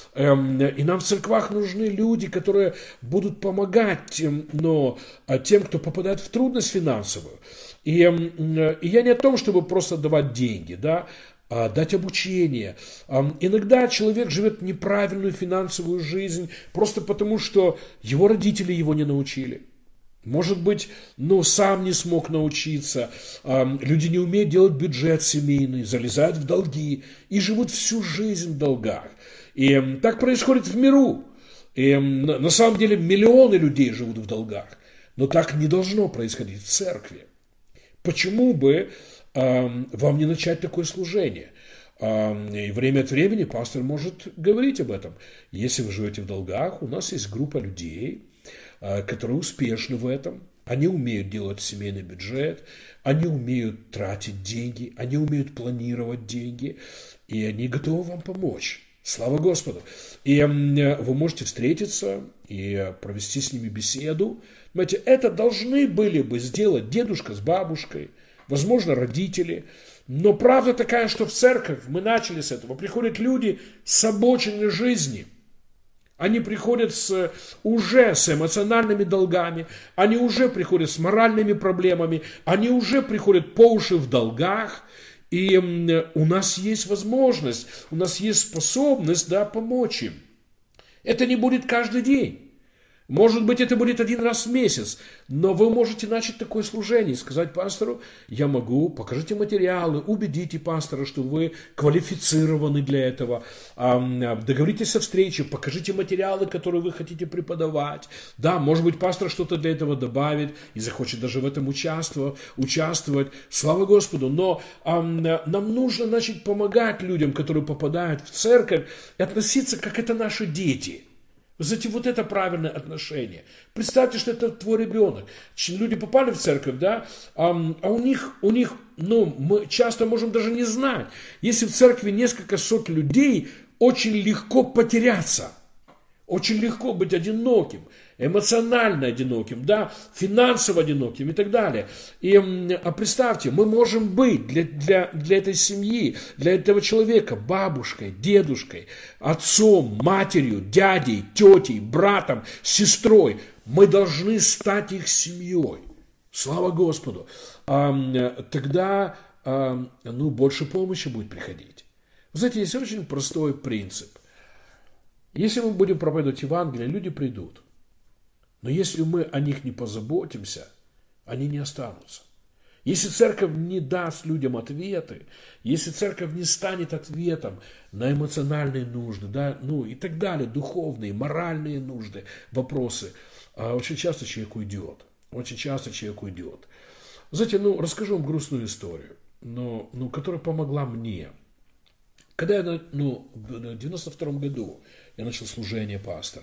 И нам в церквах нужны люди, которые будут помогать тем, но, тем, кто попадает в трудность финансовую. И, и я не о том, чтобы просто давать деньги, да, а дать обучение. Иногда человек живет неправильную финансовую жизнь просто потому, что его родители его не научили. Может быть, ну, сам не смог научиться. Люди не умеют делать бюджет семейный, залезают в долги и живут всю жизнь в долгах. И так происходит в миру. И на самом деле миллионы людей живут в долгах. Но так не должно происходить в церкви. Почему бы вам не начать такое служение? И время от времени пастор может говорить об этом. Если вы живете в долгах, у нас есть группа людей, которые успешны в этом. Они умеют делать семейный бюджет, они умеют тратить деньги, они умеют планировать деньги, и они готовы вам помочь. Слава Господу. И вы можете встретиться и провести с ними беседу. Понимаете, это должны были бы сделать дедушка с бабушкой, возможно, родители. Но правда такая, что в церковь, мы начали с этого, приходят люди с обочины жизни. Они приходят с, уже с эмоциональными долгами, они уже приходят с моральными проблемами, они уже приходят по уши в долгах. И у нас есть возможность, у нас есть способность, да, помочь им. Это не будет каждый день. Может быть, это будет один раз в месяц, но вы можете начать такое служение и сказать пастору, я могу, покажите материалы, убедите пастора, что вы квалифицированы для этого, договоритесь о встрече, покажите материалы, которые вы хотите преподавать. Да, может быть, пастор что-то для этого добавит и захочет даже в этом участвовать, участвовать. Слава Господу, но нам нужно начать помогать людям, которые попадают в церковь, и относиться, как это наши дети. Вы знаете, вот это правильное отношение. Представьте, что это твой ребенок. Люди попали в церковь, да, а у них, у них, ну, мы часто можем даже не знать. Если в церкви несколько сот людей, очень легко потеряться. Очень легко быть одиноким, эмоционально одиноким, да, финансово одиноким и так далее. И а представьте, мы можем быть для, для, для этой семьи, для этого человека бабушкой, дедушкой, отцом, матерью, дядей, тетей, братом, сестрой. Мы должны стать их семьей. Слава Господу. А, тогда а, ну, больше помощи будет приходить. Вы знаете, есть очень простой принцип. Если мы будем проповедовать Евангелие, люди придут. Но если мы о них не позаботимся, они не останутся. Если церковь не даст людям ответы, если церковь не станет ответом на эмоциональные нужды, да, ну и так далее, духовные, моральные нужды, вопросы, очень часто человек уйдет. Очень часто человек уйдет. Знаете, ну, расскажу вам грустную историю, но, ну, которая помогла мне. Когда я, ну, в девяносто втором году я начал служение пастора.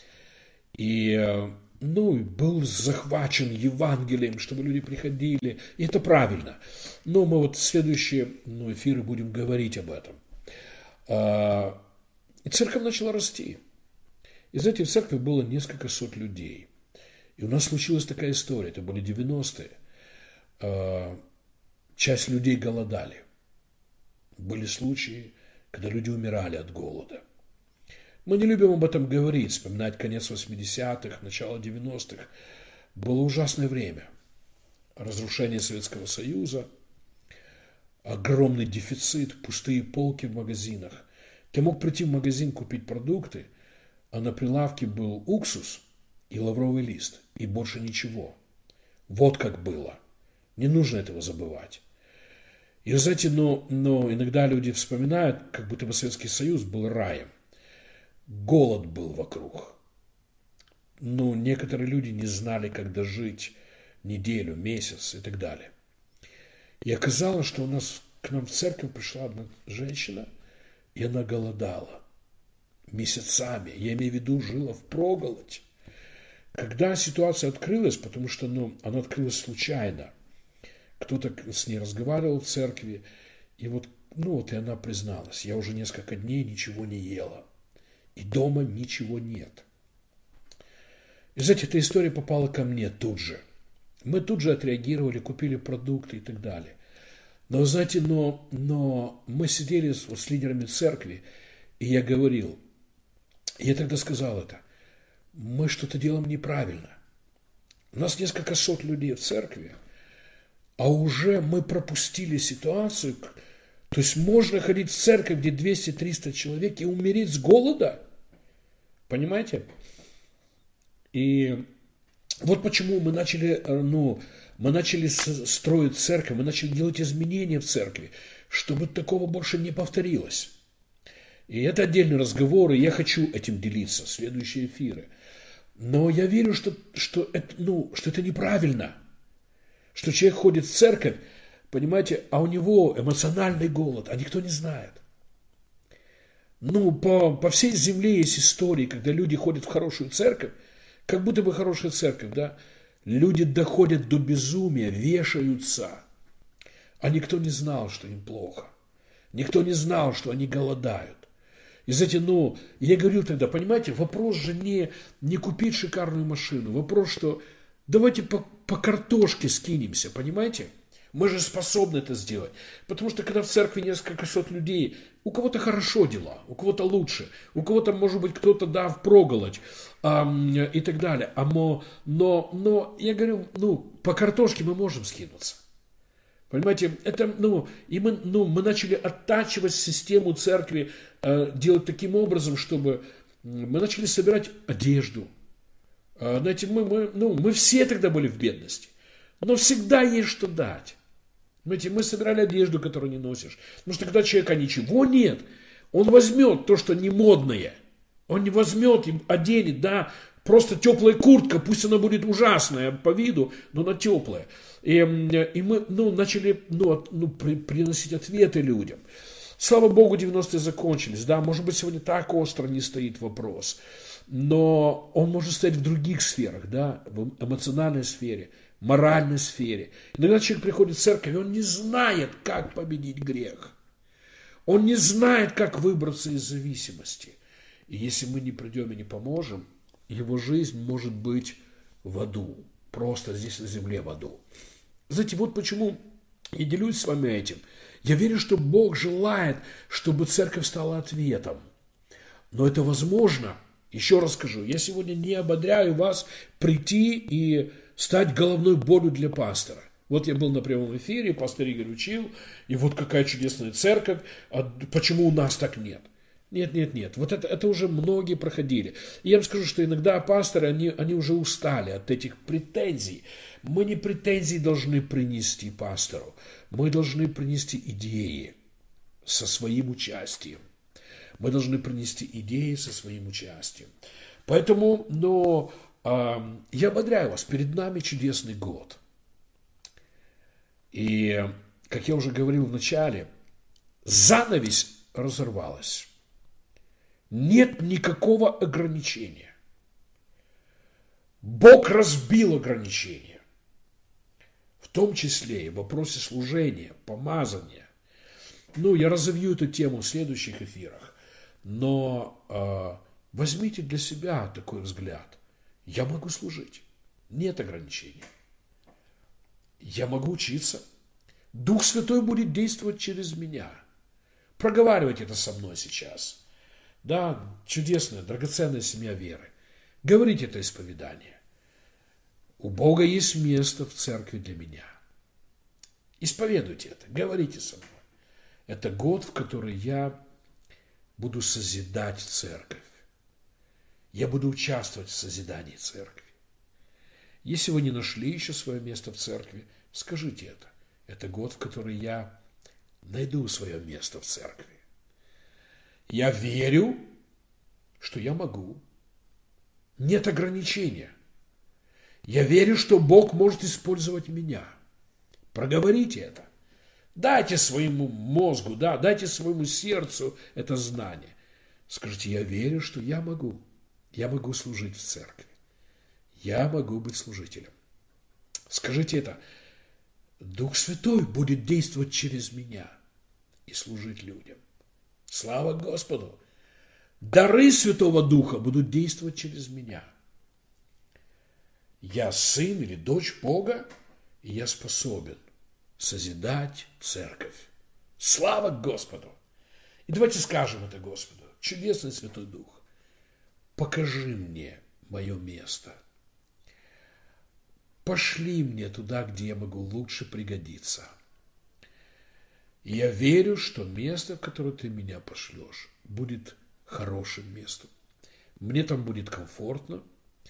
И, ну, был захвачен Евангелием, чтобы люди приходили. И это правильно. Но мы вот в следующие, ну, эфиры будем говорить об этом. И церковь начала расти. И, знаете, в церкви было несколько сот людей. И у нас случилась такая история. Это были девяностые. Часть людей голодали. Были случаи, когда люди умирали от голода. Мы не любим об этом говорить, вспоминать конец восьмидесятых, начало девяностых. Было ужасное время. Разрушение Советского Союза, огромный дефицит, пустые полки в магазинах. Ты мог прийти в магазин купить продукты, а на прилавке был уксус и лавровый лист, и больше ничего. Вот как было. Не нужно этого забывать. И, знаете, но, но иногда люди вспоминают, как будто бы Советский Союз был раем. Голод был вокруг. Но некоторые люди не знали, как дожить неделю, месяц и так далее. И оказалось, что у нас к нам в церковь пришла одна женщина, и она голодала месяцами. Я имею в виду, жила впроголодь. Когда ситуация открылась, потому что ну, она открылась случайно, кто-то с ней разговаривал в церкви, и вот, ну, вот и она призналась, я уже несколько дней ничего не ела, и дома ничего нет. И, знаете, эта история попала ко мне тут же. Мы тут же отреагировали, купили продукты и так далее. Но, знаете, но, но мы сидели с, с лидерами церкви, и я говорил, я тогда сказал это, мы что-то делаем неправильно. У нас несколько сот людей в церкви, а уже мы пропустили ситуацию, то есть можно ходить в церковь, где двести-триста человек, и умереть с голода. Понимаете? И вот почему мы начали, ну, мы начали строить церковь, мы начали делать изменения в церкви, чтобы такого больше не повторилось. И это отдельный разговор, и я хочу этим делиться, следующие эфиры. Но я верю, что, что, это, ну, что это неправильно. Что человек ходит в церковь, понимаете, а у него эмоциональный голод, а никто не знает. Ну, по, по всей земле есть истории, когда люди ходят в хорошую церковь, как будто бы хорошая церковь, да? Люди доходят до безумия, вешаются, а никто не знал, что им плохо. Никто не знал, что они голодают. И знаете, ну, я говорю тогда, понимаете, вопрос же не, не купить шикарную машину, вопрос, что давайте по, по картошке скинемся, понимаете? Мы же способны это сделать. Потому что когда в церкви несколько сот людей, у кого-то хорошо дела, у кого-то лучше, у кого-то, может быть, кто-то, да, впроголодь эм, и так далее. А мо, но, но, я говорю, ну, по картошке мы можем скинуться. Понимаете, это, ну, и мы, ну, мы начали оттачивать систему церкви, э, делать таким образом, чтобы мы начали собирать одежду. Э, знаете, мы, мы, ну, мы все тогда были в бедности, но всегда есть что дать. Понимаете, мы собирали одежду, которую не носишь. Потому что когда у человека ничего нет, он возьмет то, что не модное. Он не возьмет и оденет, да, просто теплая куртка, пусть она будет ужасная по виду, но она теплая. И, и мы ну, начали ну, ну, при, приносить ответы людям. Слава Богу, девяностые закончились. Да, может быть, сегодня так остро не стоит вопрос. Но он может стоять в других сферах, да, в эмоциональной сфере, моральной сфере. Иногда человек приходит в церковь, и он не знает, как победить грех. Он не знает, как выбраться из зависимости. И если мы не придем и не поможем, его жизнь может быть в аду. Просто здесь на земле в аду. Знаете, вот почему я делюсь с вами этим. Я верю, что Бог желает, чтобы церковь стала ответом. Но это возможно. Еще раз скажу, я сегодня не ободряю вас прийти и стать головной болью для пастора. Вот я был на прямом эфире, пастор Игорь учил, и вот какая чудесная церковь, а почему у нас так нет? Нет, нет, нет, вот это, это уже многие проходили. И я вам скажу, что иногда пасторы, они, они уже устали от этих претензий. Мы не претензии должны принести пастору, мы должны принести идеи со своим участием. Мы должны принести идеи со своим участием. Поэтому, но э, я ободряю вас, перед нами чудесный год. И, как я уже говорил в начале, занавес разорвалась. Нет никакого ограничения. Бог разбил ограничения. В том числе и в вопросе служения, помазания. Ну, я разовью эту тему в следующих эфирах. Но э, возьмите для себя такой взгляд. Я могу служить. Нет ограничений. Я могу учиться. Дух Святой будет действовать через меня. Проговаривайте это со мной сейчас. Да, чудесная, драгоценная семья веры. Говорите это исповедание. У Бога есть место в церкви для меня. Исповедуйте это, говорите со мной. Это год, в который я буду созидать церковь. Я буду участвовать в созидании церкви. Если вы не нашли еще свое место в церкви, скажите это. Это год, в который я найду свое место в церкви. Я верю, что я могу. Нет ограничения. Я верю, что Бог может использовать меня. Проговорите это. Дайте своему мозгу, да, дайте своему сердцу это знание. Скажите, я верю, что я могу. Я могу служить в церкви. Я могу быть служителем. Скажите это. Дух Святой будет действовать через меня и служить людям. Слава Господу! Дары Святого Духа будут действовать через меня. Я сын или дочь Бога, и я способен созидать церковь. Слава Господу! И давайте скажем это Господу. Чудесный Святой Дух, покажи мне мое место. Пошли мне туда, где я могу лучше пригодиться. И я верю, что место, в которое ты меня пошлешь, будет хорошим местом. Мне там будет комфортно,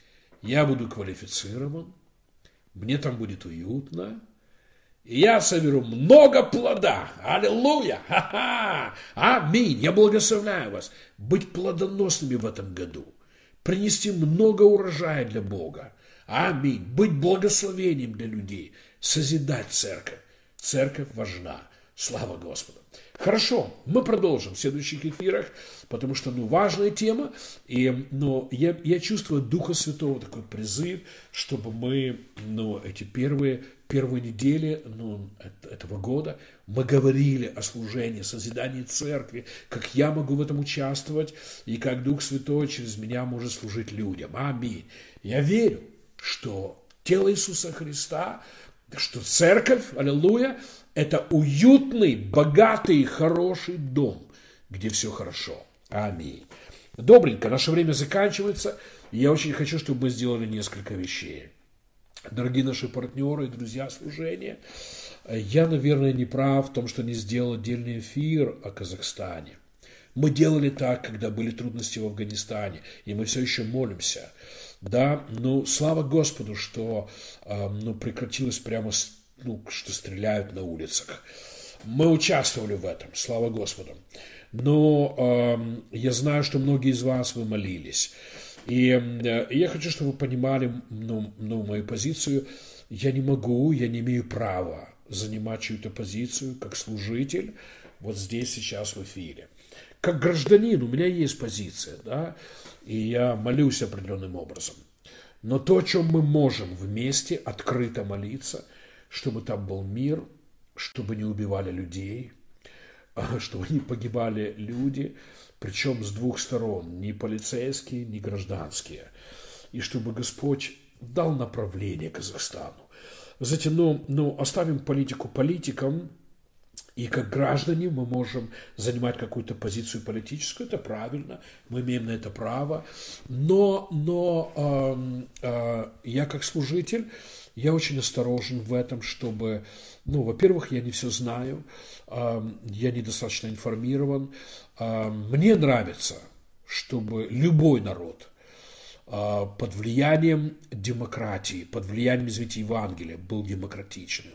я буду квалифицирован, мне там будет уютно, и я соберу много плода. Аллилуйя! Ха-ха! Аминь! Я благословляю вас быть плодоносными в этом году, принести много урожая для Бога. Аминь! Быть благословением для людей, созидать церковь. Церковь важна. Слава Господу! Хорошо, мы продолжим в следующих эфирах, потому что, ну, важная тема, и, но я, я чувствую Духа Святого, такой призыв, чтобы мы, ну, эти первые, первые недели, ну, этого года, мы говорили о служении, созидании церкви, как я могу в этом участвовать, и как Дух Святой через меня может служить людям. Аминь. Я верю, что тело Иисуса Христа, что церковь, аллилуйя, это уютный, богатый, хороший дом, где все хорошо. Аминь. Добренько, наше время заканчивается. И я очень хочу, чтобы мы сделали несколько вещей. Дорогие наши партнеры и друзья служения, я, наверное, не прав в том, что не сделал отдельный эфир о Казахстане. Мы делали так, когда были трудности в Афганистане, и мы все еще молимся. Да, ну, слава Господу, что ну, прекратилось прямо, ну, что стреляют на улицах. Мы участвовали в этом, слава Господу. Но э, я знаю, что многие из вас, вы молились. И э, я хочу, чтобы вы понимали, ну, ну, мою позицию. Я не могу, я не имею права занимать чью-то позицию, как служитель, вот здесь, сейчас в эфире. Как гражданин у меня есть позиция, да, и я молюсь определенным образом. Но то, о чем мы можем вместе открыто молиться, чтобы там был мир, чтобы не убивали людей, чтобы не погибали люди, причем с двух сторон, ни полицейские, ни гражданские, и чтобы Господь дал направление Казахстану. Знаете, ну, ну, оставим политику политикам, и как граждане мы можем занимать какую-то позицию политическую, это правильно, мы имеем на это право, но, но э, э, я как служитель, я очень осторожен в этом, чтобы, ну, во-первых, я не все знаю, э, я недостаточно информирован, э, мне нравится, чтобы любой народ э, под влиянием демократии, под влиянием, извините, Евангелия был демократичным.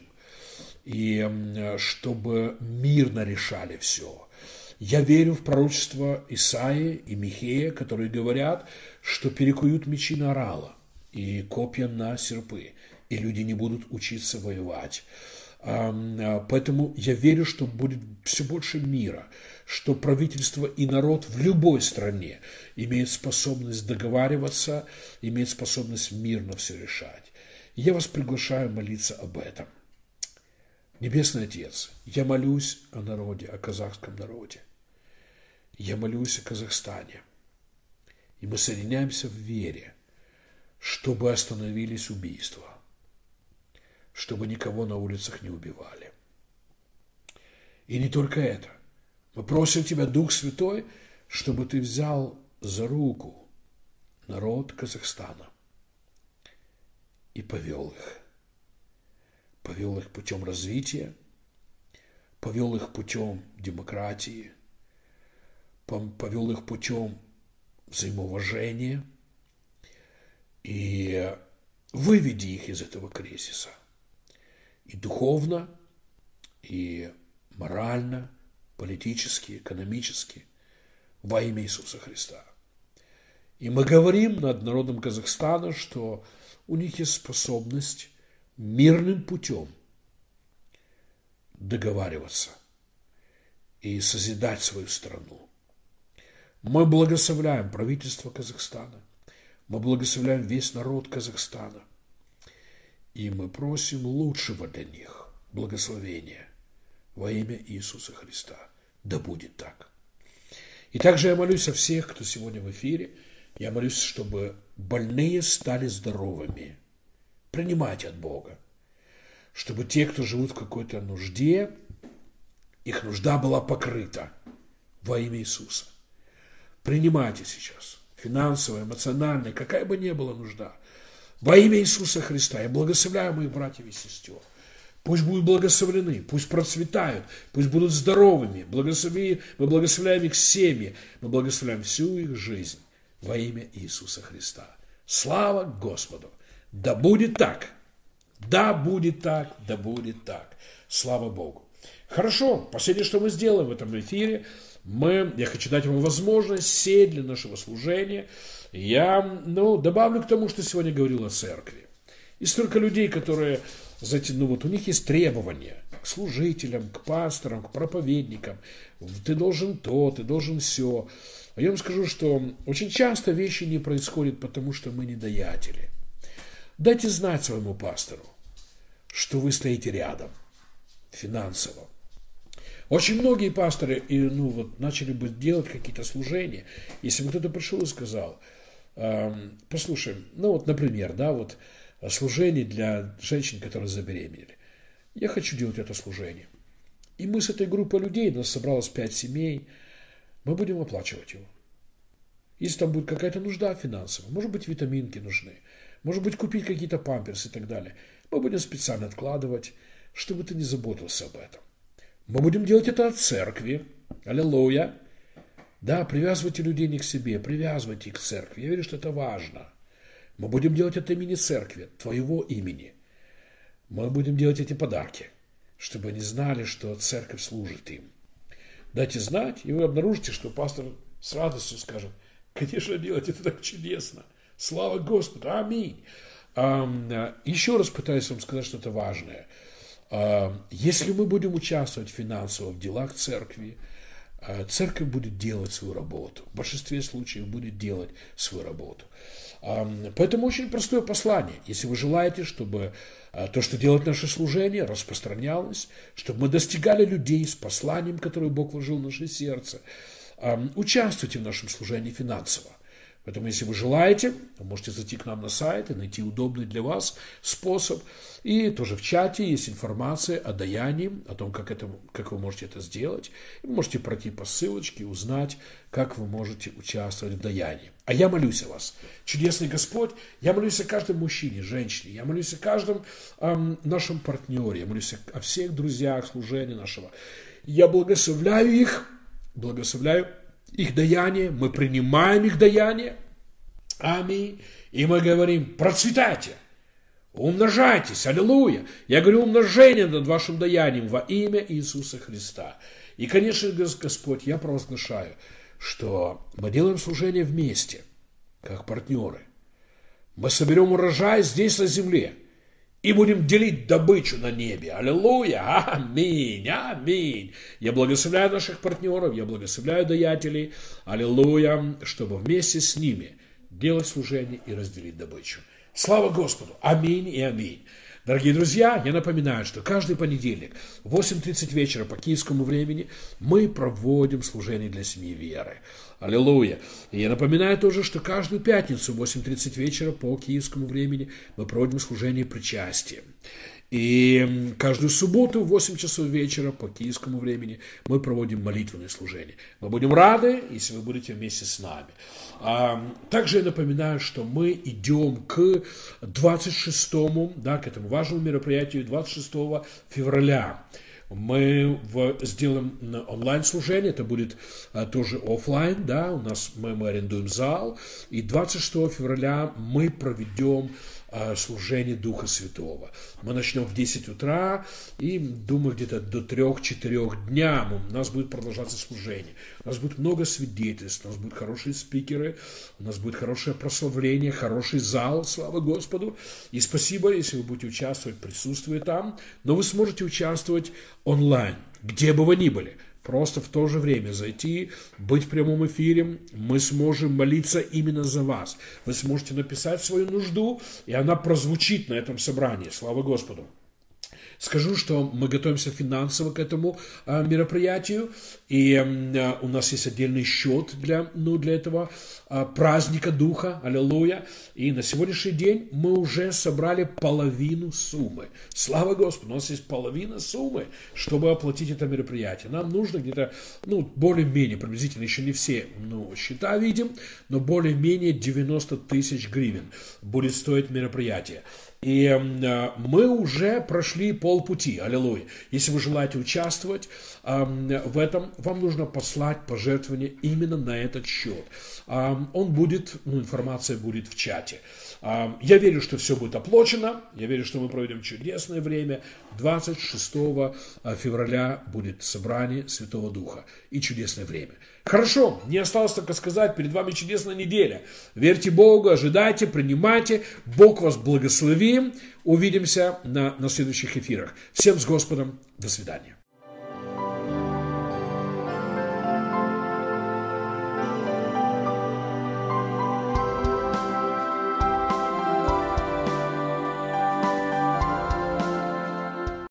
И чтобы мирно решали все. Я верю в пророчество Исаии и Михея, которые говорят, что перекуют мечи на орала и копья на серпы, и люди не будут учиться воевать. Поэтому я верю, что будет все больше мира, что правительство и народ в любой стране имеют способность договариваться, имеют способность мирно все решать. Я вас приглашаю молиться об этом. Небесный Отец, я молюсь о народе, о казахском народе. Я молюсь о Казахстане. И мы соединяемся в вере, чтобы остановились убийства, чтобы никого на улицах не убивали. И не только это. Мы просим Тебя, Дух Святой, чтобы Ты взял за руку народ Казахстана и повел их. Повел их путем развития, повел их путем демократии, повел их путем взаимоуважения и выведи их из этого кризиса и духовно, и морально, политически, экономически во имя Иисуса Христа. И мы говорим над народом Казахстана, что у них есть способность мирным путем договариваться и созидать свою страну. Мы благословляем правительство Казахстана, мы благословляем весь народ Казахстана, и мы просим лучшего для них благословения во имя Иисуса Христа. Да будет так. И также я молюсь о всех, кто сегодня в эфире. Я молюсь, чтобы больные стали здоровыми. Принимайте от Бога. Чтобы те, кто живут в какой-то нужде, их нужда была покрыта во имя Иисуса. Принимайте сейчас. Финансовая, эмоциональная, какая бы ни была нужда. Во имя Иисуса Христа я благословляю моих братьев и сестер. Пусть будут благословлены, пусть процветают, пусть будут здоровыми. Благослови, мы благословляем их семьи, мы благословляем всю их жизнь во имя Иисуса Христа. Слава Господу! Да будет так! Да будет так, да будет так. Слава Богу. Хорошо, последнее, что мы сделаем в этом эфире, мы, я хочу дать вам возможность сеять для нашего служения. Я ну, добавлю к тому, что сегодня говорил о церкви. И столько людей, которые, ну, вот у них есть требования к служителям, к пасторам, к проповедникам. Ты должен то, ты должен все. А я вам скажу, что очень часто вещи не происходят, потому что мы не даятели. Дайте знать своему пастору, что вы стоите рядом финансово. Очень многие пасторы и, ну, вот, начали бы делать какие-то служения. Если бы кто-то пришел и сказал, э, послушай, ну вот, например, да, вот служение для женщин, которые забеременели. Я хочу делать это служение. И мы с этой группой людей, нас собралось пять семей, мы будем оплачивать его. Если там будет какая-то нужда финансовая, может быть, витаминки нужны, может быть, купить какие-то памперсы и так далее, мы будем специально откладывать, чтобы ты не заботился об этом. Мы будем делать это от церкви. Аллилуйя. Да, привязывайте людей не к себе, привязывайте их к церкви. Я верю, что это важно. Мы будем делать это имени церкви, твоего имени. Мы будем делать эти подарки, чтобы они знали, что церковь служит им. Дайте знать, и вы обнаружите, что пастор с радостью скажет, конечно, делать это так чудесно. Слава Господу. Аминь. Еще раз пытаюсь вам сказать что-то важное. Если мы будем участвовать финансово в делах церкви, церковь будет делать свою работу. В большинстве случаев будет делать свою работу. Поэтому очень простое послание. Если вы желаете, чтобы то, что делает наше служение, распространялось, чтобы мы достигали людей с посланием, которое Бог вложил в наше сердце, участвуйте в нашем служении финансово. Поэтому, если вы желаете, вы можете зайти к нам на сайт и найти удобный для вас способ. И тоже в чате есть информация о даянии, о том, как, это, как вы можете это сделать. Вы можете пройти по ссылочке и узнать, как вы можете участвовать в даянии. А я молюсь о вас. Чудесный Господь, я молюсь о каждом мужчине, женщине, я молюсь о каждом эм, нашем партнере, я молюсь о, о всех друзьях служения нашего. Я благословляю их, благословляю их даяние, мы принимаем их даяние. Аминь. И мы говорим, процветайте, умножайтесь, аллилуйя. Я говорю умножение над вашим даянием во имя Иисуса Христа. И, конечно, Господь, я провозглашаю, что мы делаем служение вместе, как партнеры. Мы соберем урожай здесь на земле и будем делить добычу на небе. Аллилуйя! Аминь! Аминь! Я благословляю наших партнеров, я благословляю даятелей. Аллилуйя! Чтобы вместе с ними делать служение и разделить добычу. Слава Господу! Аминь и аминь! Дорогие друзья, я напоминаю, что каждый понедельник в восемь тридцать вечера по киевскому времени мы проводим служение для семьи веры. Аллилуйя! И я напоминаю тоже, что каждую пятницу в восемь тридцать вечера по киевскому времени мы проводим служение причастия. И каждую субботу в восемь часов вечера по киевскому времени мы проводим молитвенное служение. Мы будем рады, если вы будете вместе с нами. Также я напоминаю, что мы идем к двадцать шестому, да, к этому важному мероприятию двадцать шестого февраля. Мы в, сделаем онлайн-служение, это будет а, тоже офлайн, да, у нас мы, мы арендуем зал, и двадцать шестого февраля мы проведем а, служение Духа Святого. Мы начнем в десять утра, и, думаю, где-то до трёх-четырёх дня у нас будет продолжаться служение. У нас будет много свидетельств, у нас будут хорошие спикеры, у нас будет хорошее прославление, хороший зал, слава Господу. И спасибо, если вы будете участвовать, присутствуя там, но вы сможете участвовать онлайн, где бы вы ни были. Просто в то же время зайти, быть в прямом эфире, мы сможем молиться именно за вас. Вы сможете написать свою нужду, и она прозвучит на этом собрании. Слава Господу. Скажу, что мы готовимся финансово к этому а, мероприятию, и а, у нас есть отдельный счет для, ну, для этого а, праздника Духа, аллилуйя, и на сегодняшний день мы уже собрали половину суммы. Слава Господу, у нас есть половина суммы, чтобы оплатить это мероприятие. Нам нужно где-то, ну, более-менее, приблизительно, еще не все, ну, счета видим, но более-менее девяносто тысяч гривен будет стоить мероприятие. И э, мы уже прошли полпути, аллилуйя. Если вы желаете участвовать э, в этом, вам нужно послать пожертвование именно на этот счет. Э, он будет, ну, информация будет в чате. Э, я верю, что все будет оплачено, я верю, что мы проведем чудесное время. двадцать шестого февраля будет собрание Святого Духа и чудесное время. Хорошо, не осталось только сказать, перед вами чудесная неделя. Верьте Богу, ожидайте, принимайте. Бог вас благослови. Увидимся на, на следующих эфирах. Всем с Господом. До свидания.